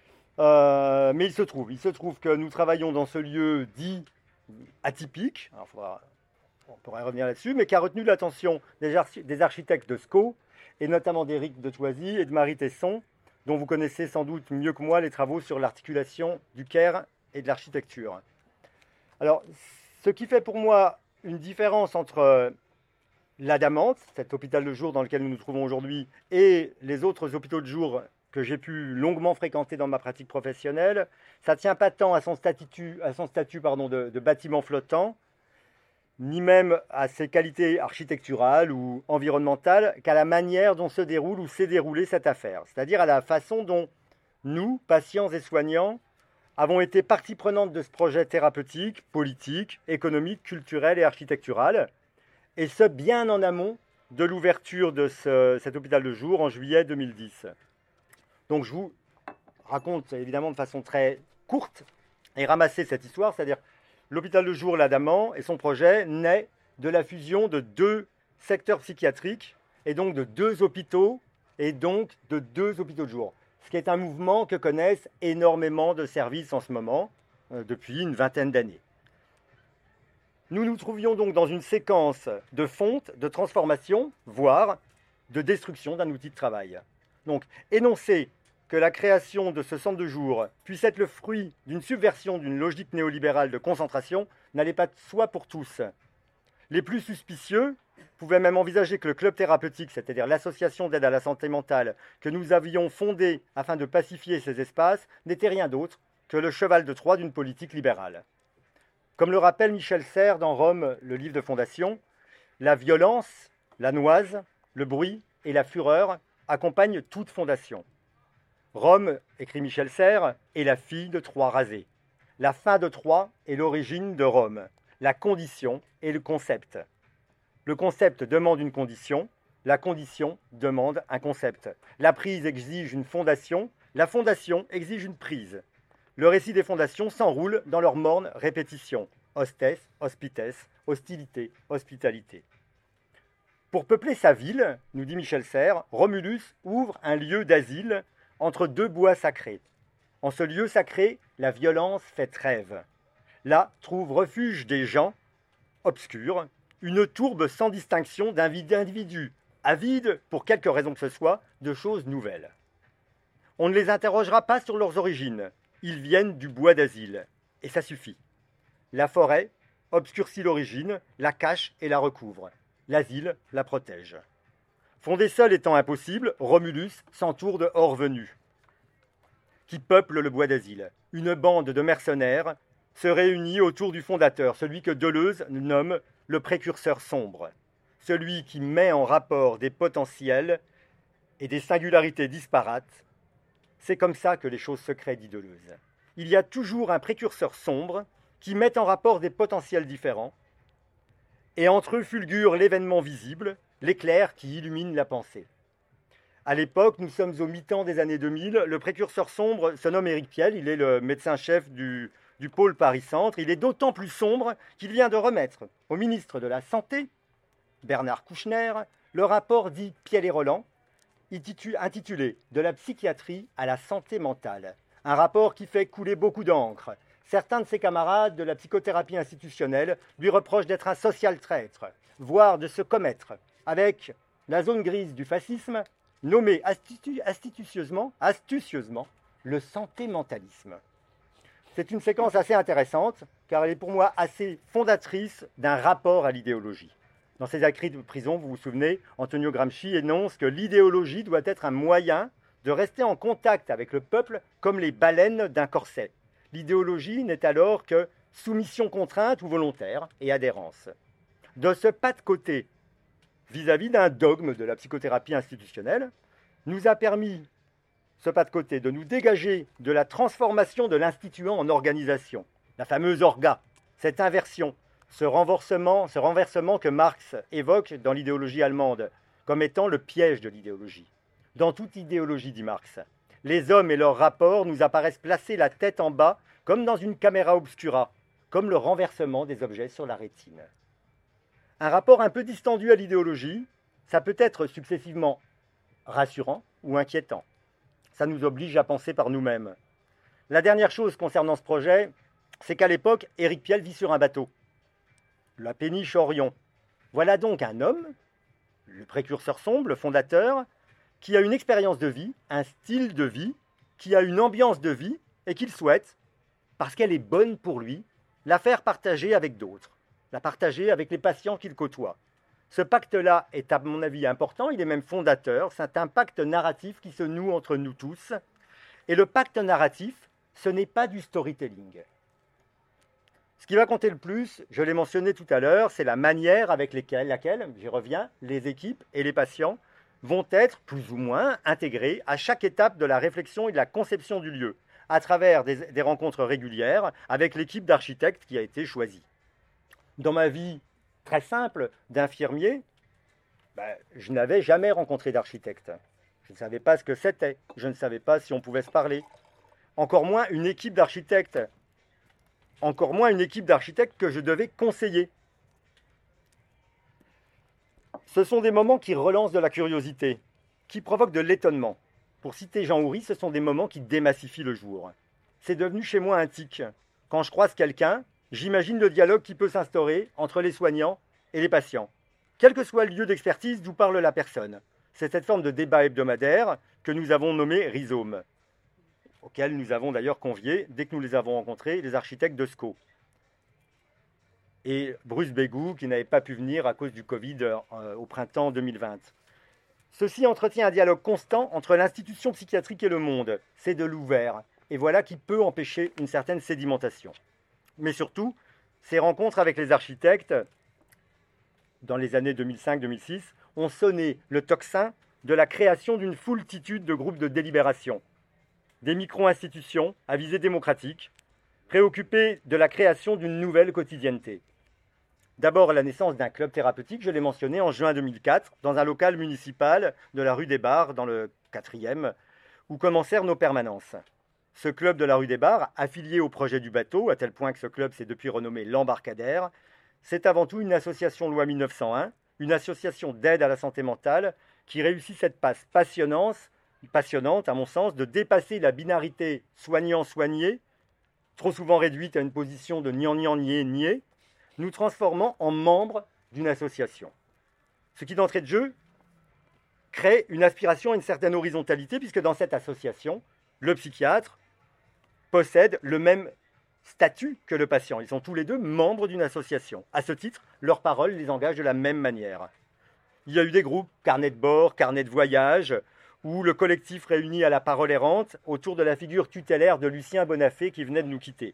Mais il se trouve que nous travaillons dans ce lieu dit atypique. Alors, on pourrait revenir là-dessus, mais qui a retenu l'attention des architectes de SCO, et notamment d'Éric de Thoisy et de Marie Tesson, dont vous connaissez sans doute mieux que moi les travaux sur l'articulation du Caire et de l'architecture. Alors, ce qui fait pour moi une différence entre l'Adamante, cet hôpital de jour dans lequel nous nous trouvons aujourd'hui, et les autres hôpitaux de jour que j'ai pu longuement fréquenter dans ma pratique professionnelle, ça ne tient pas tant à son statut de bâtiment flottant, ni même à ses qualités architecturales ou environnementales, qu'à la manière dont se déroule ou s'est déroulée cette affaire. C'est-à-dire à la façon dont nous, patients et soignants, avons été partie prenante de ce projet thérapeutique, politique, économique, culturel et architectural, et ce bien en amont de l'ouverture de cet hôpital de jour en juillet 2010. Donc je vous raconte évidemment de façon très courte et ramassée cette histoire, c'est-à-dire l'hôpital de jour l'Adamant et son projet naît de la fusion de 2 secteurs psychiatriques et donc de 2 hôpitaux et donc de 2 hôpitaux de jour. Ce qui est un mouvement que connaissent énormément de services en ce moment, depuis une vingtaine d'années. Nous nous trouvions donc dans une séquence de fonte, de transformation, voire de destruction d'un outil de travail. Donc énoncer que la création de ce centre de jour puisse être le fruit d'une subversion d'une logique néolibérale de concentration n'allait pas de soi pour tous. Les plus suspicieux pouvaient même envisager que le club thérapeutique, c'est-à-dire l'association d'aide à la santé mentale que nous avions fondée afin de pacifier ces espaces, n'était rien d'autre que le cheval de Troie d'une politique libérale. Comme le rappelle Michel Serres dans Rome, le livre de fondation, la violence, la noise, le bruit et la fureur accompagnent toute fondation. Rome, écrit Michel Serres, est la fille de Troie rasée. La fin de Troie est l'origine de Rome. La condition est le concept. Le concept demande une condition, la condition demande un concept. La prise exige une fondation, la fondation exige une prise. Le récit des fondations s'enroule dans leur morne répétition. Hostess, hospitesse, hostilité, hospitalité. Pour peupler sa ville, nous dit Michel Serres, Romulus ouvre un lieu d'asile entre 2 bois sacrés. En ce lieu sacré, la violence fait trêve. Là trouve refuge des gens obscurs, une tourbe sans distinction d'individus, avides, pour quelque raison que ce soit, de choses nouvelles. On ne les interrogera pas sur leurs origines. Ils viennent du bois d'asile. Et ça suffit. La forêt obscurcit l'origine, la cache et la recouvre. L'asile la protège. Fonder seul étant impossible, Romulus s'entoure de hors-venus qui peuplent le bois d'asile. Une bande de mercenaires se réunit autour du fondateur, celui que Deleuze nomme le précurseur sombre, celui qui met en rapport des potentiels et des singularités disparates. C'est comme ça que les choses se créent, dit Deleuze. Il y a toujours un précurseur sombre qui met en rapport des potentiels différents, et entre eux fulgure l'événement visible, l'éclair qui illumine la pensée. À l'époque, nous sommes au mi-temps des années 2000, le précurseur sombre se nomme Éric Piel, il est le médecin-chef du pôle Paris-Centre. Il est d'autant plus sombre qu'il vient de remettre au ministre de la Santé, Bernard Kouchner, le rapport dit Piel et Roland, intitulé « De la psychiatrie à la santé mentale ». Un rapport qui fait couler beaucoup d'encre. Certains de ses camarades de la psychothérapie institutionnelle lui reprochent d'être un social traître, voire de se commettre avec la zone grise du fascisme, nommée astucieusement le santé-mentalisme. c'est une séquence assez intéressante, car elle est pour moi assez fondatrice d'un rapport à l'idéologie. Dans ses écrits de prison, vous vous souvenez, Antonio Gramsci énonce que l'idéologie doit être un moyen de rester en contact avec le peuple comme les baleines d'un corset. L'idéologie n'est alors que soumission contrainte ou volontaire et adhérence. De ce pas de côté vis-à-vis d'un dogme de la psychothérapie institutionnelle, nous a permis ce pas de côté de nous dégager de la transformation de l'instituant en organisation, la fameuse orga, cette inversion, ce renversement que Marx évoque dans l'idéologie allemande comme étant le piège de l'idéologie. Dans toute idéologie, dit Marx, les hommes et leurs rapports nous apparaissent placés la tête en bas comme dans une caméra obscura, comme le renversement des objets sur la rétine. Un rapport un peu distendu à l'idéologie, ça peut être successivement rassurant ou inquiétant. Ça nous oblige à penser par nous-mêmes. La dernière chose concernant ce projet, c'est qu'à l'époque, Éric Piel vit sur un bateau, la péniche Orion. Voilà donc un homme, le précurseur sombre, le fondateur, qui a une expérience de vie, un style de vie, qui a une ambiance de vie et qu'il souhaite, parce qu'elle est bonne pour lui, la faire partager avec d'autres, la partager avec les patients qu'il côtoie. Ce pacte-là est à mon avis important, il est même fondateur, c'est un pacte narratif qui se noue entre nous tous. Et le pacte narratif, ce n'est pas du storytelling. Ce qui va compter le plus, je l'ai mentionné tout à l'heure, c'est la manière avec laquelle, j'y reviens, les équipes et les patients vont être plus ou moins intégrés à chaque étape de la réflexion et de la conception du lieu, à travers des rencontres régulières avec l'équipe d'architectes qui a été choisie. Dans ma vie très simple d'infirmier, je n'avais jamais rencontré d'architecte. Je ne savais pas ce que c'était, je ne savais pas si on pouvait se parler. Encore moins une équipe d'architectes que je devais conseiller. Ce sont des moments qui relancent de la curiosité, qui provoquent de l'étonnement. Pour citer Jean Houry, ce sont des moments qui démassifient le jour. C'est devenu chez moi un tic. Quand je croise quelqu'un, j'imagine le dialogue qui peut s'instaurer entre les soignants et les patients, quel que soit le lieu d'expertise d'où parle la personne. C'est cette forme de débat hebdomadaire que nous avons nommé rhizome, auquel nous avons d'ailleurs convié, dès que nous les avons rencontrés, les architectes de SCO. Et Bruce Bégou, qui n'avait pas pu venir à cause du Covid au printemps 2020. Ceci entretient un dialogue constant entre l'institution psychiatrique et le monde. C'est de l'ouvert. Et voilà qui peut empêcher une certaine sédimentation. Mais surtout, ces rencontres avec les architectes, dans les années 2005-2006, ont sonné le tocsin de la création d'une foultitude de groupes de délibération. Des micro-institutions à visée démocratique, préoccupées de la création d'une nouvelle quotidienneté. D'abord, la naissance d'un club thérapeutique, je l'ai mentionné, en juin 2004, dans un local municipal de la rue des Bars, dans le 4e, où commencèrent nos permanences. Ce club de la rue des Bars, affilié au projet du bateau, à tel point que ce club s'est depuis renommé l'Embarcadère, c'est avant tout une association loi 1901, une association d'aide à la santé mentale, qui réussit cette passe passionnante, à mon sens, de dépasser la binarité soignant-soigné, trop souvent réduite à une position de nian-nian-nié-nié, nous transformant en membres d'une association. Ce qui, d'entrée de jeu, crée une aspiration à une certaine horizontalité, puisque dans cette association, le psychiatre possède le même statut que le patient. Ils sont tous les deux membres d'une association. À ce titre, leurs paroles les engagent de la même manière. Il y a eu des groupes, carnet de bord, carnet de voyage, où le collectif réuni à la parole errante autour de la figure tutélaire de Lucien Bonafé qui venait de nous quitter.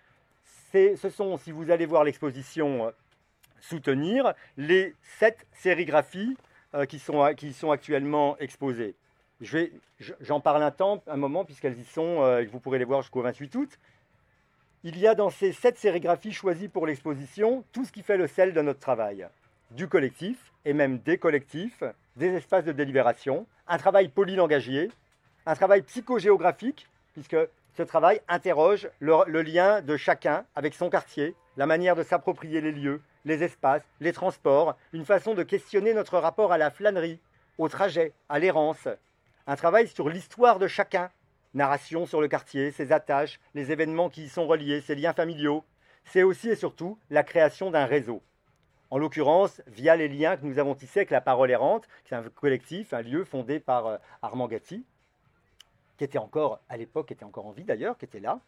Ce sont, si vous allez voir l'exposition Soutenir, les 7 sérigraphies qui sont actuellement exposées. J'en parle un moment, puisqu'elles y sont, et que vous pourrez les voir jusqu'au 28 août. Il y a dans ces 7 sérigraphies choisies pour l'exposition tout ce qui fait le sel de notre travail. Du collectif, et même des collectifs, des espaces de délibération, un travail polylangagier, un travail psychogéographique, puisque ce travail interroge le lien de chacun avec son quartier, la manière de s'approprier les lieux, les espaces, les transports, une façon de questionner notre rapport à la flânerie, au trajet, à l'errance. Un travail sur l'histoire de chacun, narration sur le quartier, ses attaches, les événements qui y sont reliés, ses liens familiaux. C'est aussi et surtout la création d'un réseau. En l'occurrence, via les liens que nous avons tissés avec la Parole Errante, qui est un collectif, un lieu fondé par Armand Gatti, qui était encore, à l'époque, était encore en vie d'ailleurs, qui était là.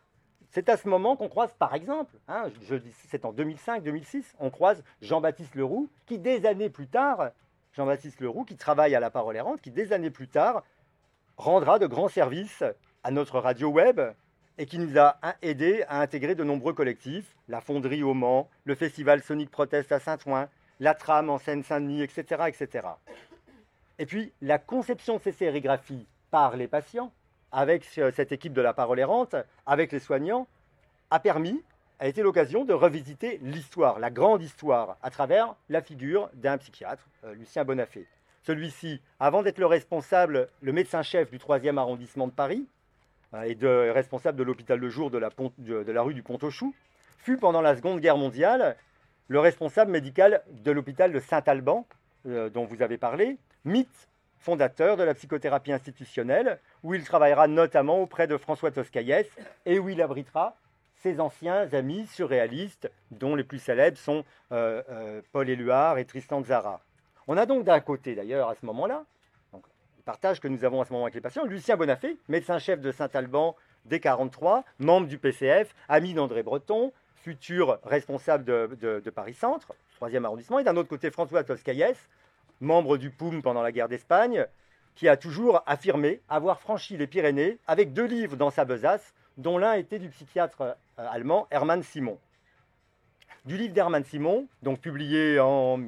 c'est à ce moment qu'on croise, par exemple, hein, c'est en 2005-2006, on croise Jean-Baptiste Leroux, qui des années plus tard, Jean-Baptiste Leroux, qui travaille à La Parole Errante, qui des années plus tard rendra de grands services à notre radio web et qui nous a aidé à intégrer de nombreux collectifs, la Fonderie au Mans, le Festival Sonic Protest à Saint-Ouen, la Tram en Seine-Saint-Denis, etc., etc. Et puis, la conception de ces sérigraphies par les patients, avec cette équipe de La Parole Errante, avec les soignants, a été l'occasion de revisiter l'histoire, la grande histoire, à travers la figure d'un psychiatre, Lucien Bonafé. Celui-ci, avant d'être le médecin-chef du 3e arrondissement de Paris, et responsable de l'hôpital de jour de la rue du Pont-aux-Choux, fut pendant la Seconde Guerre mondiale le responsable médical de l'hôpital de Saint-Alban, dont vous avez parlé, mythe fondateur de la psychothérapie institutionnelle, où il travaillera notamment auprès de François Toscaïès et où il abritera ses anciens amis surréalistes, dont les plus célèbres sont Paul Éluard et Tristan Tzara. On a donc d'un côté, d'ailleurs, à ce moment-là, le partage que nous avons à ce moment avec les patients, Lucien Bonafé, médecin-chef de Saint-Alban dès 1943, membre du PCF, ami d'André Breton, futur responsable de Paris-Centre, 3e arrondissement, et d'un autre côté, François Toscaïès, membre du POUM pendant la guerre d'Espagne, qui a toujours affirmé avoir franchi les Pyrénées avec 2 livres dans sa besace, dont l'un était du psychiatre allemand Hermann Simon. Du livre d'Hermann Simon, donc publié en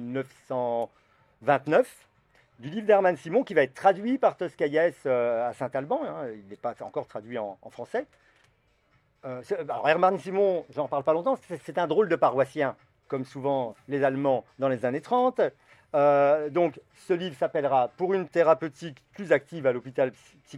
1929, du livre d'Hermann Simon qui va être traduit par Toscaïès à Saint-Alban, hein, il n'est pas encore traduit en français. Alors Hermann Simon, j'en parle pas longtemps, c'est un drôle de paroissien, comme souvent les Allemands dans les années 30. Donc ce livre s'appellera « Pour une thérapeutique plus active à l'hôpital psychiatrique »,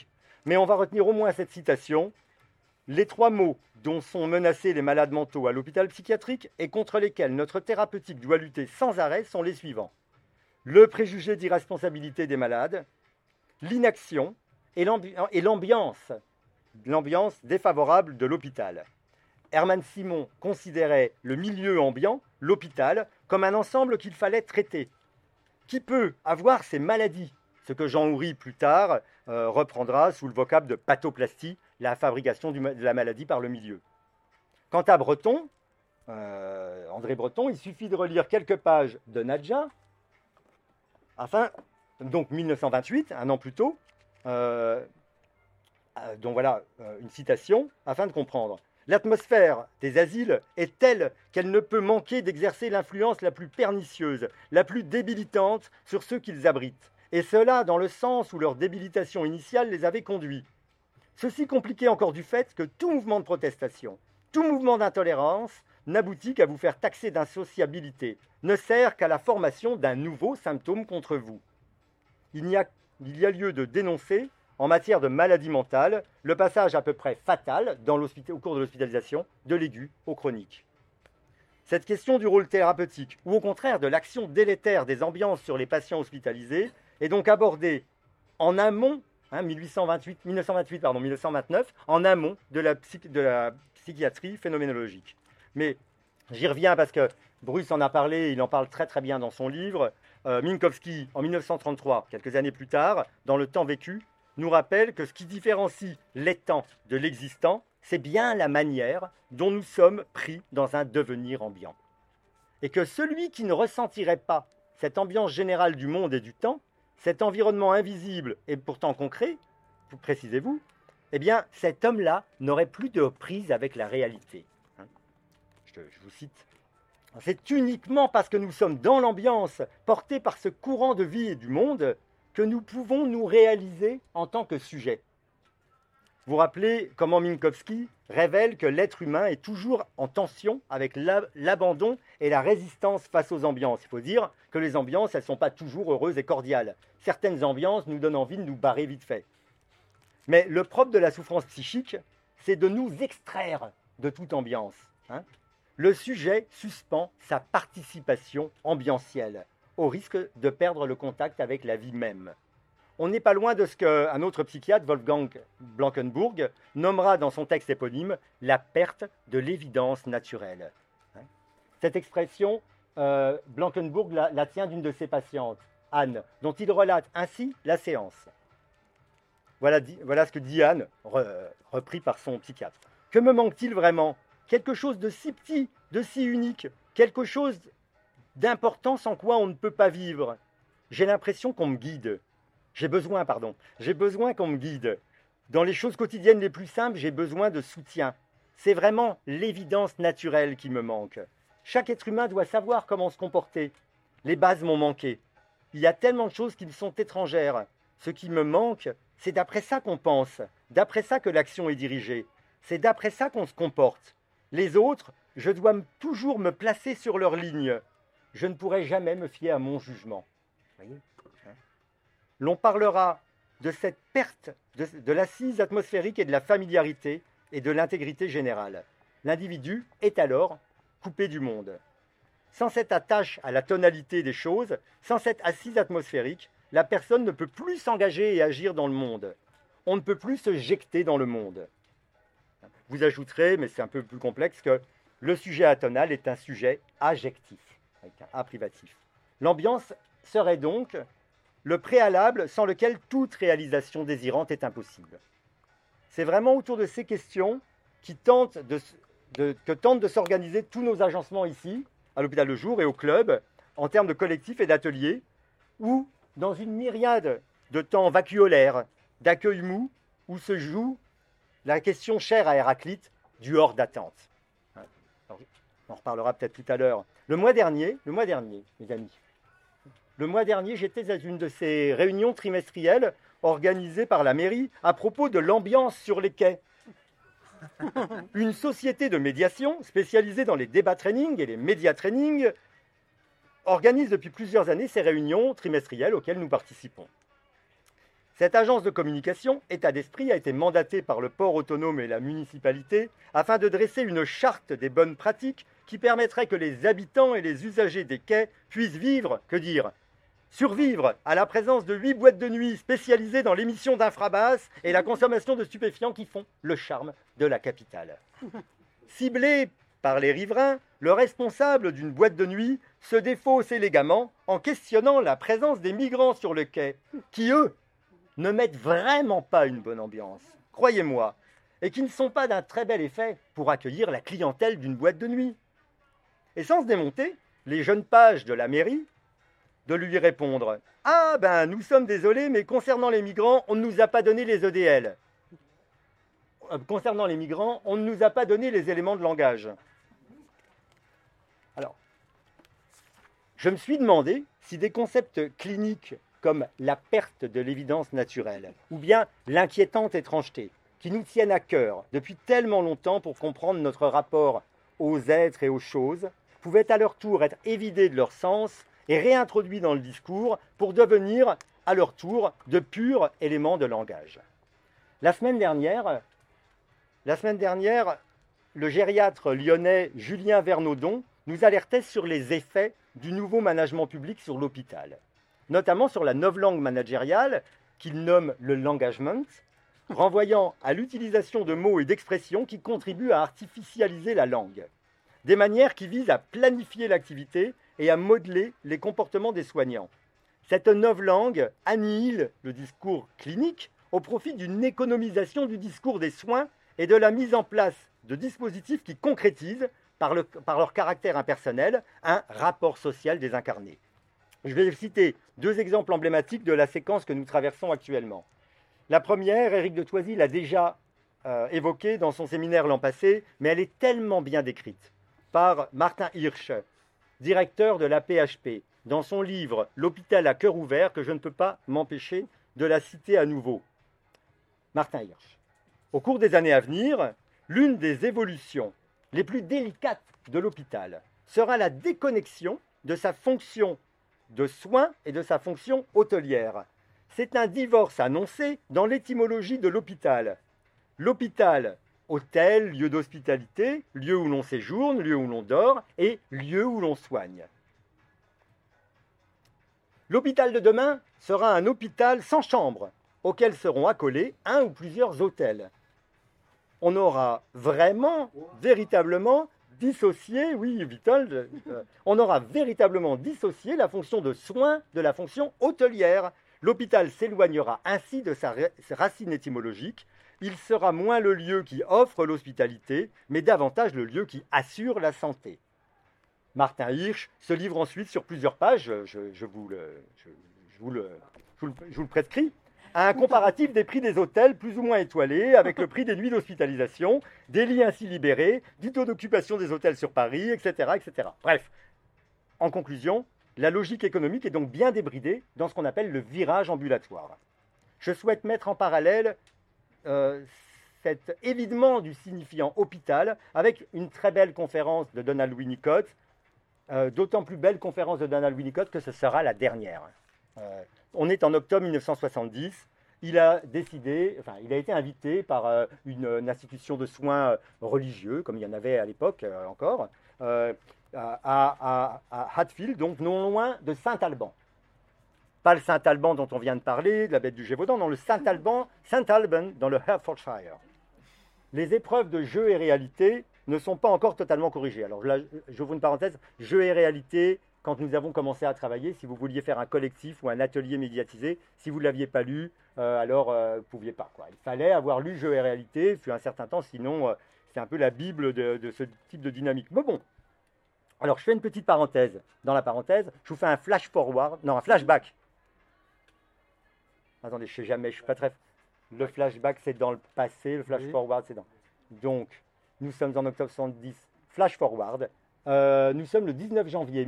mais on va retenir au moins cette citation. Les 3 mots dont sont menacés les malades mentaux à l'hôpital psychiatrique et contre lesquels notre thérapeutique doit lutter sans arrêt sont les suivants. Le préjugé d'irresponsabilité des malades, l'inaction et l'ambiance défavorable de l'hôpital. Hermann Simon considérait le milieu ambiant, l'hôpital, comme un ensemble qu'il fallait traiter. Qui peut avoir ces maladies? Ce que Jean Houry, plus tard, reprendra sous le vocable de pathoplastie, la fabrication de la maladie par le milieu. Quant à Breton, André Breton, il suffit de relire quelques pages de Nadja, donc 1928, un an plus tôt, donc voilà une citation, afin de comprendre. L'atmosphère des asiles est telle qu'elle ne peut manquer d'exercer l'influence la plus pernicieuse, la plus débilitante sur ceux qu'ils abritent, et cela dans le sens où leur débilitation initiale les avait conduits. Ceci compliqué encore du fait que tout mouvement de protestation, tout mouvement d'intolérance n'aboutit qu'à vous faire taxer d'insociabilité, ne sert qu'à la formation d'un nouveau symptôme contre vous. Il y a lieu de dénoncer, en matière de maladie mentale, le passage à peu près fatal au cours de l'hospitalisation de l'aigu au chronique. Cette question du rôle thérapeutique, ou au contraire de l'action délétère des ambiances sur les patients hospitalisés, est donc abordée en amont, 1928-1929, en amont de la psychiatrie phénoménologique. Mais j'y reviens parce que Bruce en a parlé, il en parle très très bien dans son livre. Minkowski, en 1933, quelques années plus tard, dans Le temps vécu, nous rappelle que ce qui différencie l'étant de l'existant, c'est bien la manière dont nous sommes pris dans un devenir ambiant. Et que celui qui ne ressentirait pas cette ambiance générale du monde et du temps, cet environnement invisible et pourtant concret, précisez-vous, eh bien cet homme-là n'aurait plus de prise avec la réalité. Je vous cite. C'est uniquement parce que nous sommes dans l'ambiance, portés par ce courant de vie et du monde, que nous pouvons nous réaliser en tant que sujet. Vous rappelez comment Minkowski révèle que l'être humain est toujours en tension avec l'abandon et la résistance face aux ambiances. Il faut dire que les ambiances, elles ne sont pas toujours heureuses et cordiales. Certaines ambiances nous donnent envie de nous barrer vite fait. Mais le propre de la souffrance psychique, c'est de nous extraire de toute ambiance. Le sujet suspend sa participation ambientielle, au risque de perdre le contact avec la vie même. On n'est pas loin de ce qu'un autre psychiatre, Wolfgang Blankenburg, nommera dans son texte éponyme « la perte de l'évidence naturelle ». Cette expression, Blankenburg la tient d'une de ses patientes, Anne, dont il relate ainsi la séance. Voilà ce que dit Anne, repris par son psychiatre. Que me manque-t-il vraiment? Quelque chose de si petit, de si unique, quelque chose d'important sans quoi on ne peut pas vivre. J'ai l'impression qu'on me guide. J'ai besoin qu'on me guide. Dans les choses quotidiennes les plus simples, j'ai besoin de soutien. C'est vraiment l'évidence naturelle qui me manque. Chaque être humain doit savoir comment se comporter. Les bases m'ont manqué. Il y a tellement de choses qui me sont étrangères. Ce qui me manque, c'est d'après ça qu'on pense, d'après ça que l'action est dirigée. C'est d'après ça qu'on se comporte. Les autres, je dois toujours me placer sur leur ligne. Je ne pourrai jamais me fier à mon jugement. Voyez, hein? L'on parlera de cette perte de l'assise atmosphérique et de la familiarité et de l'intégrité générale. L'individu est alors coupé du monde. Sans cette attache à la tonalité des choses, sans cette assise atmosphérique, la personne ne peut plus s'engager et agir dans le monde. On ne peut plus se jeter dans le monde. Vous ajouterez, mais c'est un peu plus complexe, que le sujet atonal est un sujet ajectif, avec un A privatif. L'ambiance serait donc le préalable sans lequel toute réalisation désirante est impossible. C'est vraiment autour de ces questions que tentent de s'organiser tous nos agencements ici, à l'hôpital Le Jour et au club, en termes de collectifs et d'ateliers, où, dans une myriade de temps vacuolaires, d'accueil mou, où se joue la question chère à Héraclite du hors d'attente. On en reparlera peut-être tout à l'heure. Le mois dernier, mes amis, j'étais à une de ces réunions trimestrielles organisées par la mairie à propos de l'ambiance sur les quais. Une société de médiation spécialisée dans les débats trainings et les médias trainings organise depuis plusieurs années ces réunions trimestrielles auxquelles nous participons. Cette agence de communication, État d'Esprit, a été mandatée par le port autonome et la municipalité afin de dresser une charte des bonnes pratiques qui permettrait que les habitants et les usagers des quais puissent vivre, survivre à la présence de 8 boîtes de nuit spécialisées dans l'émission d'infrabasses et la consommation de stupéfiants qui font le charme de la capitale. Ciblé par les riverains, le responsable d'une boîte de nuit se défausse élégamment en questionnant la présence des migrants sur le quai, qui, eux, ne mettent vraiment pas une bonne ambiance, croyez-moi, et qui ne sont pas d'un très bel effet pour accueillir la clientèle d'une boîte de nuit. Et sans se démonter, les jeunes pages de la mairie de lui répondre « Ah ben, nous sommes désolés, mais concernant les migrants, on ne nous a pas donné les EDL. Concernant les migrants, on ne nous a pas donné les éléments de langage. » Alors, je me suis demandé si des concepts cliniques comme la perte de l'évidence naturelle, ou bien l'inquiétante étrangeté, qui nous tiennent à cœur depuis tellement longtemps pour comprendre notre rapport aux êtres et aux choses, pouvaient à leur tour être évidés de leur sens et réintroduits dans le discours pour devenir, à leur tour, de purs éléments de langage. La semaine dernière, le gériatre lyonnais Julien Vernaudon nous alertait sur les effets du nouveau management public sur l'hôpital, notamment sur la novlangue managériale qu'il nomme le langagement, renvoyant à l'utilisation de mots et d'expressions qui contribuent à artificialiser la langue, des manières qui visent à planifier l'activité et à modeler les comportements des soignants. Cette novlangue annihile le discours clinique au profit d'une économisation du discours des soins et de la mise en place de dispositifs qui concrétisent, par leur caractère impersonnel, un rapport social désincarné. Je vais citer 2 exemples emblématiques de la séquence que nous traversons actuellement. La première, Éric de Thoisy l'a déjà évoquée dans son séminaire l'an passé, mais elle est tellement bien décrite par Martin Hirsch, directeur de la PHP, dans son livre « L'hôpital à cœur ouvert » que je ne peux pas m'empêcher de la citer à nouveau. Martin Hirsch. Au cours des années à venir, l'une des évolutions les plus délicates de l'hôpital sera la déconnexion de sa fonction de soins et de sa fonction hôtelière. C'est un divorce annoncé dans l'étymologie de l'hôpital. L'hôpital, hôtel, lieu d'hospitalité, lieu où l'on séjourne, lieu où l'on dort et lieu où l'on soigne. L'hôpital de demain sera un hôpital sans chambre, auquel seront accolés un ou plusieurs hôtels. On aura vraiment, véritablement dissocié, oui, Vitold, on aura véritablement dissocié la fonction de soins de la fonction hôtelière. L'hôpital s'éloignera ainsi de sa racine étymologique, il sera moins le lieu qui offre l'hospitalité, mais davantage le lieu qui assure la santé. Martin Hirsch se livre ensuite sur plusieurs pages, je vous le prescris, à un comparatif des prix des hôtels plus ou moins étoilés avec le prix des nuits d'hospitalisation, des lits ainsi libérés, du taux d'occupation des hôtels sur Paris, etc., etc. Bref, en conclusion, la logique économique est donc bien débridée dans ce qu'on appelle le virage ambulatoire. Je souhaite mettre en parallèle cet évidement du signifiant hôpital avec une très belle conférence de Donald Winnicott, d'autant plus belle conférence de Donald Winnicott que ce sera la dernière. On est en octobre 1970. Il a été invité par une institution de soins religieux, comme il y en avait à l'époque encore, à Hatfield, donc non loin de Saint-Alban. Pas le Saint-Alban dont on vient de parler, de la baie du Gévaudan, non, le Saint-Alban, dans le Hertfordshire. Les épreuves de jeu et réalité ne sont pas encore totalement corrigées. Alors là, j'ouvre une parenthèse, jeu et réalité, quand nous avons commencé à travailler, si vous vouliez faire un collectif ou un atelier médiatisé, si vous ne l'aviez pas lu, alors vous ne pouviez pas, quoi. Il fallait avoir lu Jeux et réalité, depuis un certain temps, sinon c'est un peu la Bible de ce type de dynamique. Mais bon, alors je fais une petite parenthèse. Dans la parenthèse, je vous fais un un flashback. Attendez, je ne sais jamais, je ne suis pas très... Le flashback, c'est dans le passé, le flash forward, c'est dans... Donc, nous sommes en octobre 70, flash forward. Nous sommes le 19 janvier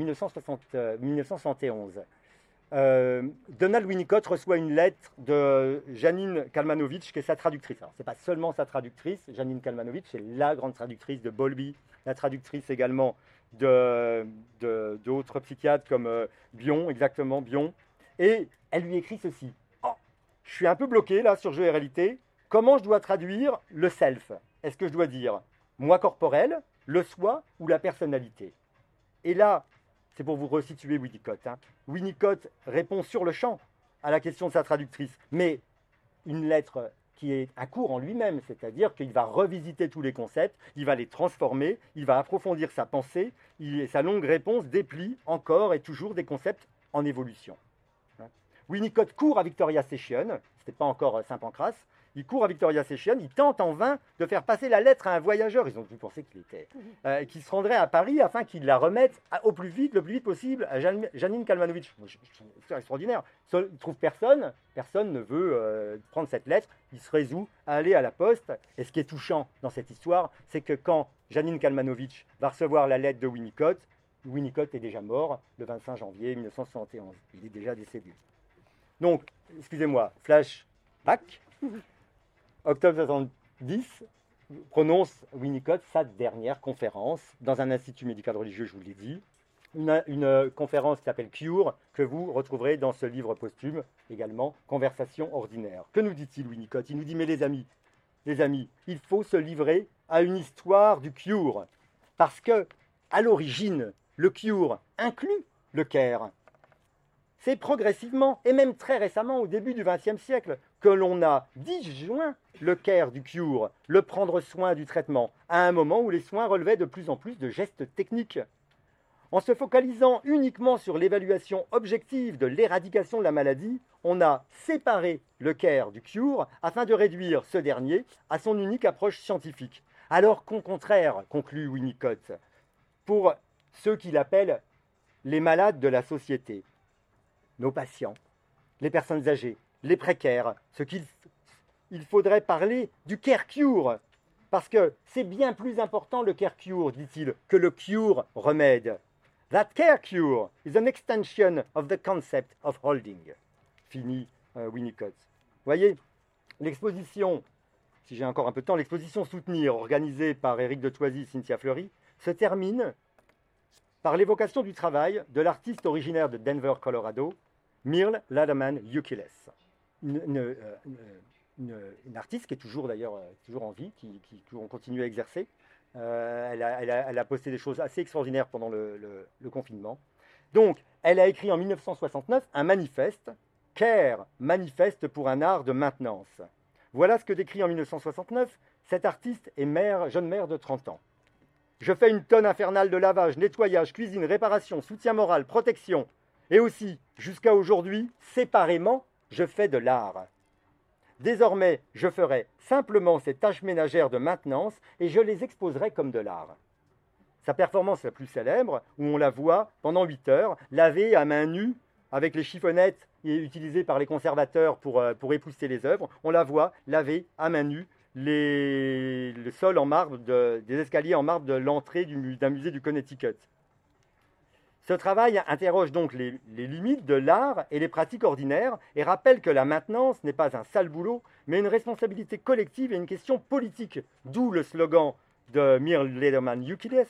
1971. Donald Winnicott reçoit une lettre de Janine Kalmanovitch, qui est sa traductrice. Alors, ce n'est pas seulement sa traductrice, Janine Kalmanovitch, c'est la grande traductrice de Bowlby, la traductrice également d'autres psychiatres comme Bion, Bion. Et elle lui écrit ceci. Oh, je suis un peu bloqué là sur Jeu et réalité. Comment je dois traduire le self? Est-ce que je dois dire moi corporel, le soi ou la personnalité? Et là, c'est pour vous resituer Winnicott. Winnicott répond sur le champ à la question de sa traductrice, mais une lettre qui est un cours en lui-même, c'est-à-dire qu'il va revisiter tous les concepts, il va les transformer, il va approfondir sa pensée, sa longue réponse déplie encore et toujours des concepts en évolution. Winnicott court à Victoria Station, ce n'était pas encore Saint-Pancras, il court à Victoria Station, il tente en vain de faire passer la lettre à un voyageur. Ils ont dû penser qu'il se rendrait à Paris afin qu'il la remette le plus vite possible à Janine Kalmanovitch. C'est extraordinaire. Il ne trouve personne ne veut prendre cette lettre, il se résout à aller à la poste. Et ce qui est touchant dans cette histoire, c'est que quand Janine Kalmanovitch va recevoir la lettre de Winnicott, Winnicott est déjà mort le 25 janvier 1971. Il est déjà décédé. Donc, excusez-moi, flashback. Octobre 70, prononce Winnicott sa dernière conférence dans un institut médical religieux, je vous l'ai dit. Une conférence qui s'appelle Cure, que vous retrouverez dans ce livre posthume également, Conversation ordinaire. Que nous dit-il Winnicott? Il nous dit, mais les amis, il faut se livrer à une histoire du Cure. Parce que, à l'origine, le Cure inclut le Care. C'est progressivement, et même très récemment, au début du XXe siècle, que l'on a disjoint le care du cure, le prendre soin du traitement, à un moment où les soins relevaient de plus en plus de gestes techniques. En se focalisant uniquement sur l'évaluation objective de l'éradication de la maladie, on a séparé le care du cure afin de réduire ce dernier à son unique approche scientifique. Alors qu'au contraire, conclut Winnicott, pour ceux qu'il appelle les malades de la société, nos patients, les personnes âgées, les précaires, il faudrait parler du care cure, parce que c'est bien plus important le care cure, dit-il, que le cure remède. That care cure is an extension of the concept of holding. Finit Winnicott. Vous voyez, l'exposition, si j'ai encore un peu de temps, l'exposition Soutenir, organisée par Éric de Thoisy et Cynthia Fleury, se termine par l'évocation du travail de l'artiste originaire de Denver, Colorado, Myrle Laderman Ukeles. Une artiste qui est toujours d'ailleurs toujours en vie, qui continue à exercer. Elle a posté des choses assez extraordinaires pendant le confinement. Donc, elle a écrit en 1969 un manifeste, Care, manifeste pour un art de maintenance. Voilà ce que décrit en 1969 cette artiste et jeune mère de 30 ans. Je fais une tonne infernale de lavage, nettoyage, cuisine, réparation, soutien moral, protection. Et aussi, jusqu'à aujourd'hui, séparément, je fais de l'art. Désormais, je ferai simplement ces tâches ménagères de maintenance et je les exposerai comme de l'art. Sa performance la plus célèbre, où on la voit pendant 8 heures, lavée à main nue, avec les chiffonnettes utilisées par les conservateurs pour épousseter les œuvres, on la voit laver à main nue le sol en marbre, des escaliers en marbre de l'entrée d'un musée du Connecticut. Ce travail interroge donc les limites de l'art et les pratiques ordinaires et rappelle que la maintenance n'est pas un sale boulot, mais une responsabilité collective et une question politique, d'où le slogan de Mir Lederman Yukiles.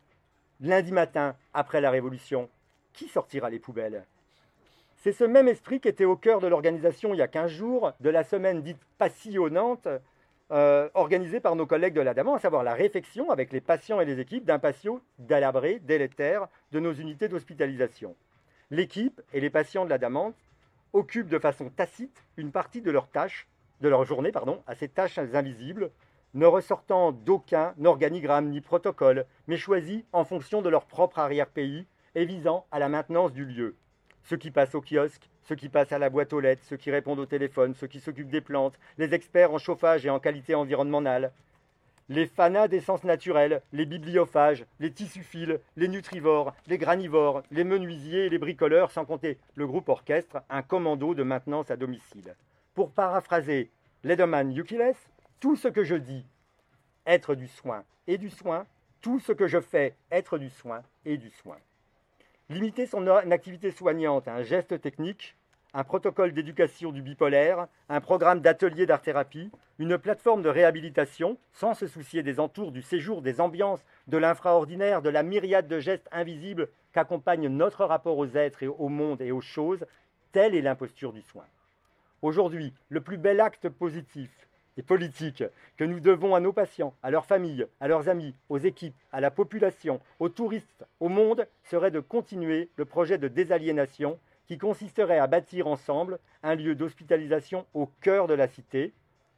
Lundi matin, après la Révolution, qui sortira les poubelles? C'est ce même esprit qui était au cœur de l'organisation il y a 15 jours de la semaine dite passionnante organisée par nos collègues de l'Adamant, à savoir la réfection avec les patients et les équipes d'un patio délabré, délétère de nos unités d'hospitalisation. L'équipe et les patients de l'Adamant occupent de façon tacite une partie de leur journée à ces tâches invisibles, ne ressortant d'aucun organigramme ni protocole, mais choisis en fonction de leur propre arrière-pays et visant à la maintenance du lieu. Ceux qui passent au kiosque, ceux qui passent à la boîte aux lettres, ceux qui répondent au téléphone, ceux qui s'occupent des plantes, les experts en chauffage et en qualité environnementale, les fanas d'essence naturelle, les bibliophages, les tissuphiles, les nutrivores, les granivores, les menuisiers et les bricoleurs, sans compter le groupe orchestre, un commando de maintenance à domicile. Pour paraphraser Lederman Yukiles, tout ce que je dis, être du soin et du soin, tout ce que je fais, être du soin et du soin. Limiter son activité soignante à un geste technique, un protocole d'éducation du bipolaire, un programme d'atelier d'art-thérapie, une plateforme de réhabilitation, sans se soucier des entours, du séjour, des ambiances, de l'infraordinaire, de la myriade de gestes invisibles qu'accompagnent notre rapport aux êtres et au monde et aux choses, telle est l'imposture du soin. Aujourd'hui, le plus bel acte positif et politique que nous devons à nos patients, à leurs familles, à leurs amis, aux équipes, à la population, aux touristes, au monde, serait de continuer le projet de désaliénation qui consisterait à bâtir ensemble un lieu d'hospitalisation au cœur de la cité,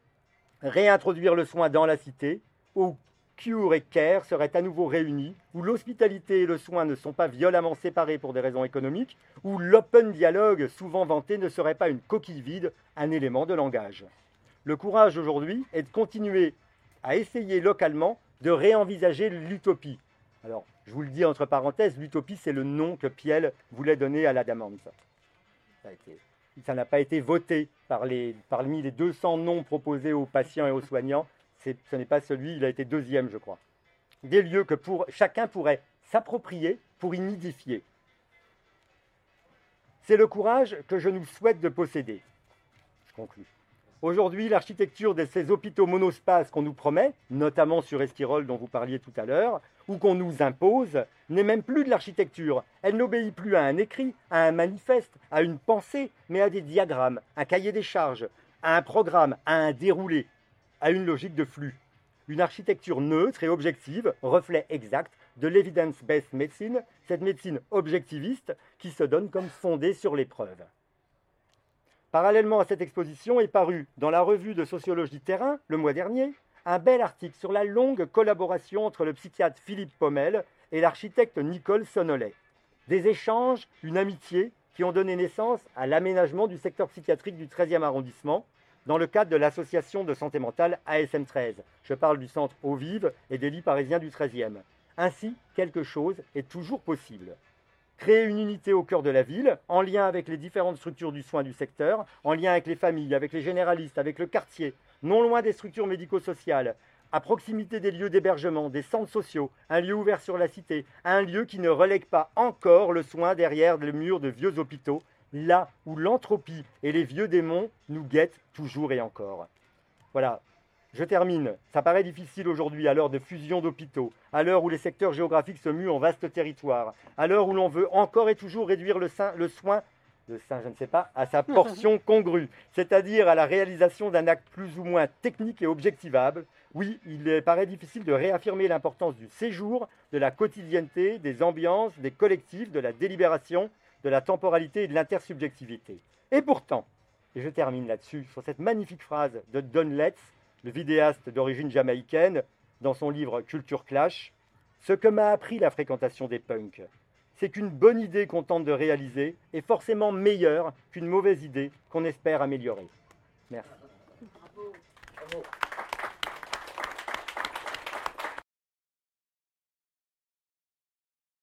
réintroduire le soin dans la cité, où Cure et Care seraient à nouveau réunis, où l'hospitalité et le soin ne sont pas violemment séparés pour des raisons économiques, où l'open dialogue souvent vanté ne serait pas une coquille vide, un élément de langage. Le courage aujourd'hui est de continuer à essayer localement de réenvisager l'utopie. Alors, je vous le dis entre parenthèses, l'utopie, c'est le nom que Piel voulait donner à l'Adamant. Ça n'a pas été voté parmi les 200 noms proposés aux patients et aux soignants. Ce n'est pas celui, il a été deuxième, je crois. Des lieux que chacun pourrait s'approprier pour y nidifier. C'est le courage que je nous souhaite de posséder. Je conclus. Aujourd'hui, l'architecture de ces hôpitaux monospaces qu'on nous promet, notamment sur Esquirol dont vous parliez tout à l'heure, ou qu'on nous impose, n'est même plus de l'architecture. Elle n'obéit plus à un écrit, à un manifeste, à une pensée, mais à des diagrammes, un cahier des charges, à un programme, à un déroulé, à une logique de flux. Une architecture neutre et objective, reflet exact de l'evidence-based medicine, cette médecine objectiviste qui se donne comme fondée sur les preuves. Parallèlement à cette exposition est paru dans la revue de sociologie Terrain, le mois dernier, un bel article sur la longue collaboration entre le psychiatre Philippe Pommel et l'architecte Nicole Sonnolet. Des échanges, une amitié qui ont donné naissance à l'aménagement du secteur psychiatrique du 13e arrondissement dans le cadre de l'association de santé mentale ASM 13. Je parle du centre Eau Vive et des lits parisiens du 13e. Ainsi, quelque chose est toujours possible. Créer une unité au cœur de la ville, en lien avec les différentes structures du soin du secteur, en lien avec les familles, avec les généralistes, avec le quartier, non loin des structures médico-sociales, à proximité des lieux d'hébergement, des centres sociaux, un lieu ouvert sur la cité, un lieu qui ne relègue pas encore le soin derrière le mur de vieux hôpitaux, là où l'entropie et les vieux démons nous guettent toujours et encore. Voilà. Je termine. Ça paraît difficile aujourd'hui à l'heure de fusion d'hôpitaux, à l'heure où les secteurs géographiques se muent en vastes territoires, à l'heure où l'on veut encore et toujours réduire le soin, je ne sais pas, à sa portion congrue, c'est-à-dire à la réalisation d'un acte plus ou moins technique et objectivable. Oui, il paraît difficile de réaffirmer l'importance du séjour, de la quotidienneté, des ambiances, des collectifs, de la délibération, de la temporalité et de l'intersubjectivité. Et pourtant, et je termine là-dessus, sur cette magnifique phrase de Don Letts, le vidéaste d'origine jamaïcaine, dans son livre Culture Clash, « Ce que m'a appris la fréquentation des punks, c'est qu'une bonne idée qu'on tente de réaliser est forcément meilleure qu'une mauvaise idée qu'on espère améliorer. » Merci. Bravo.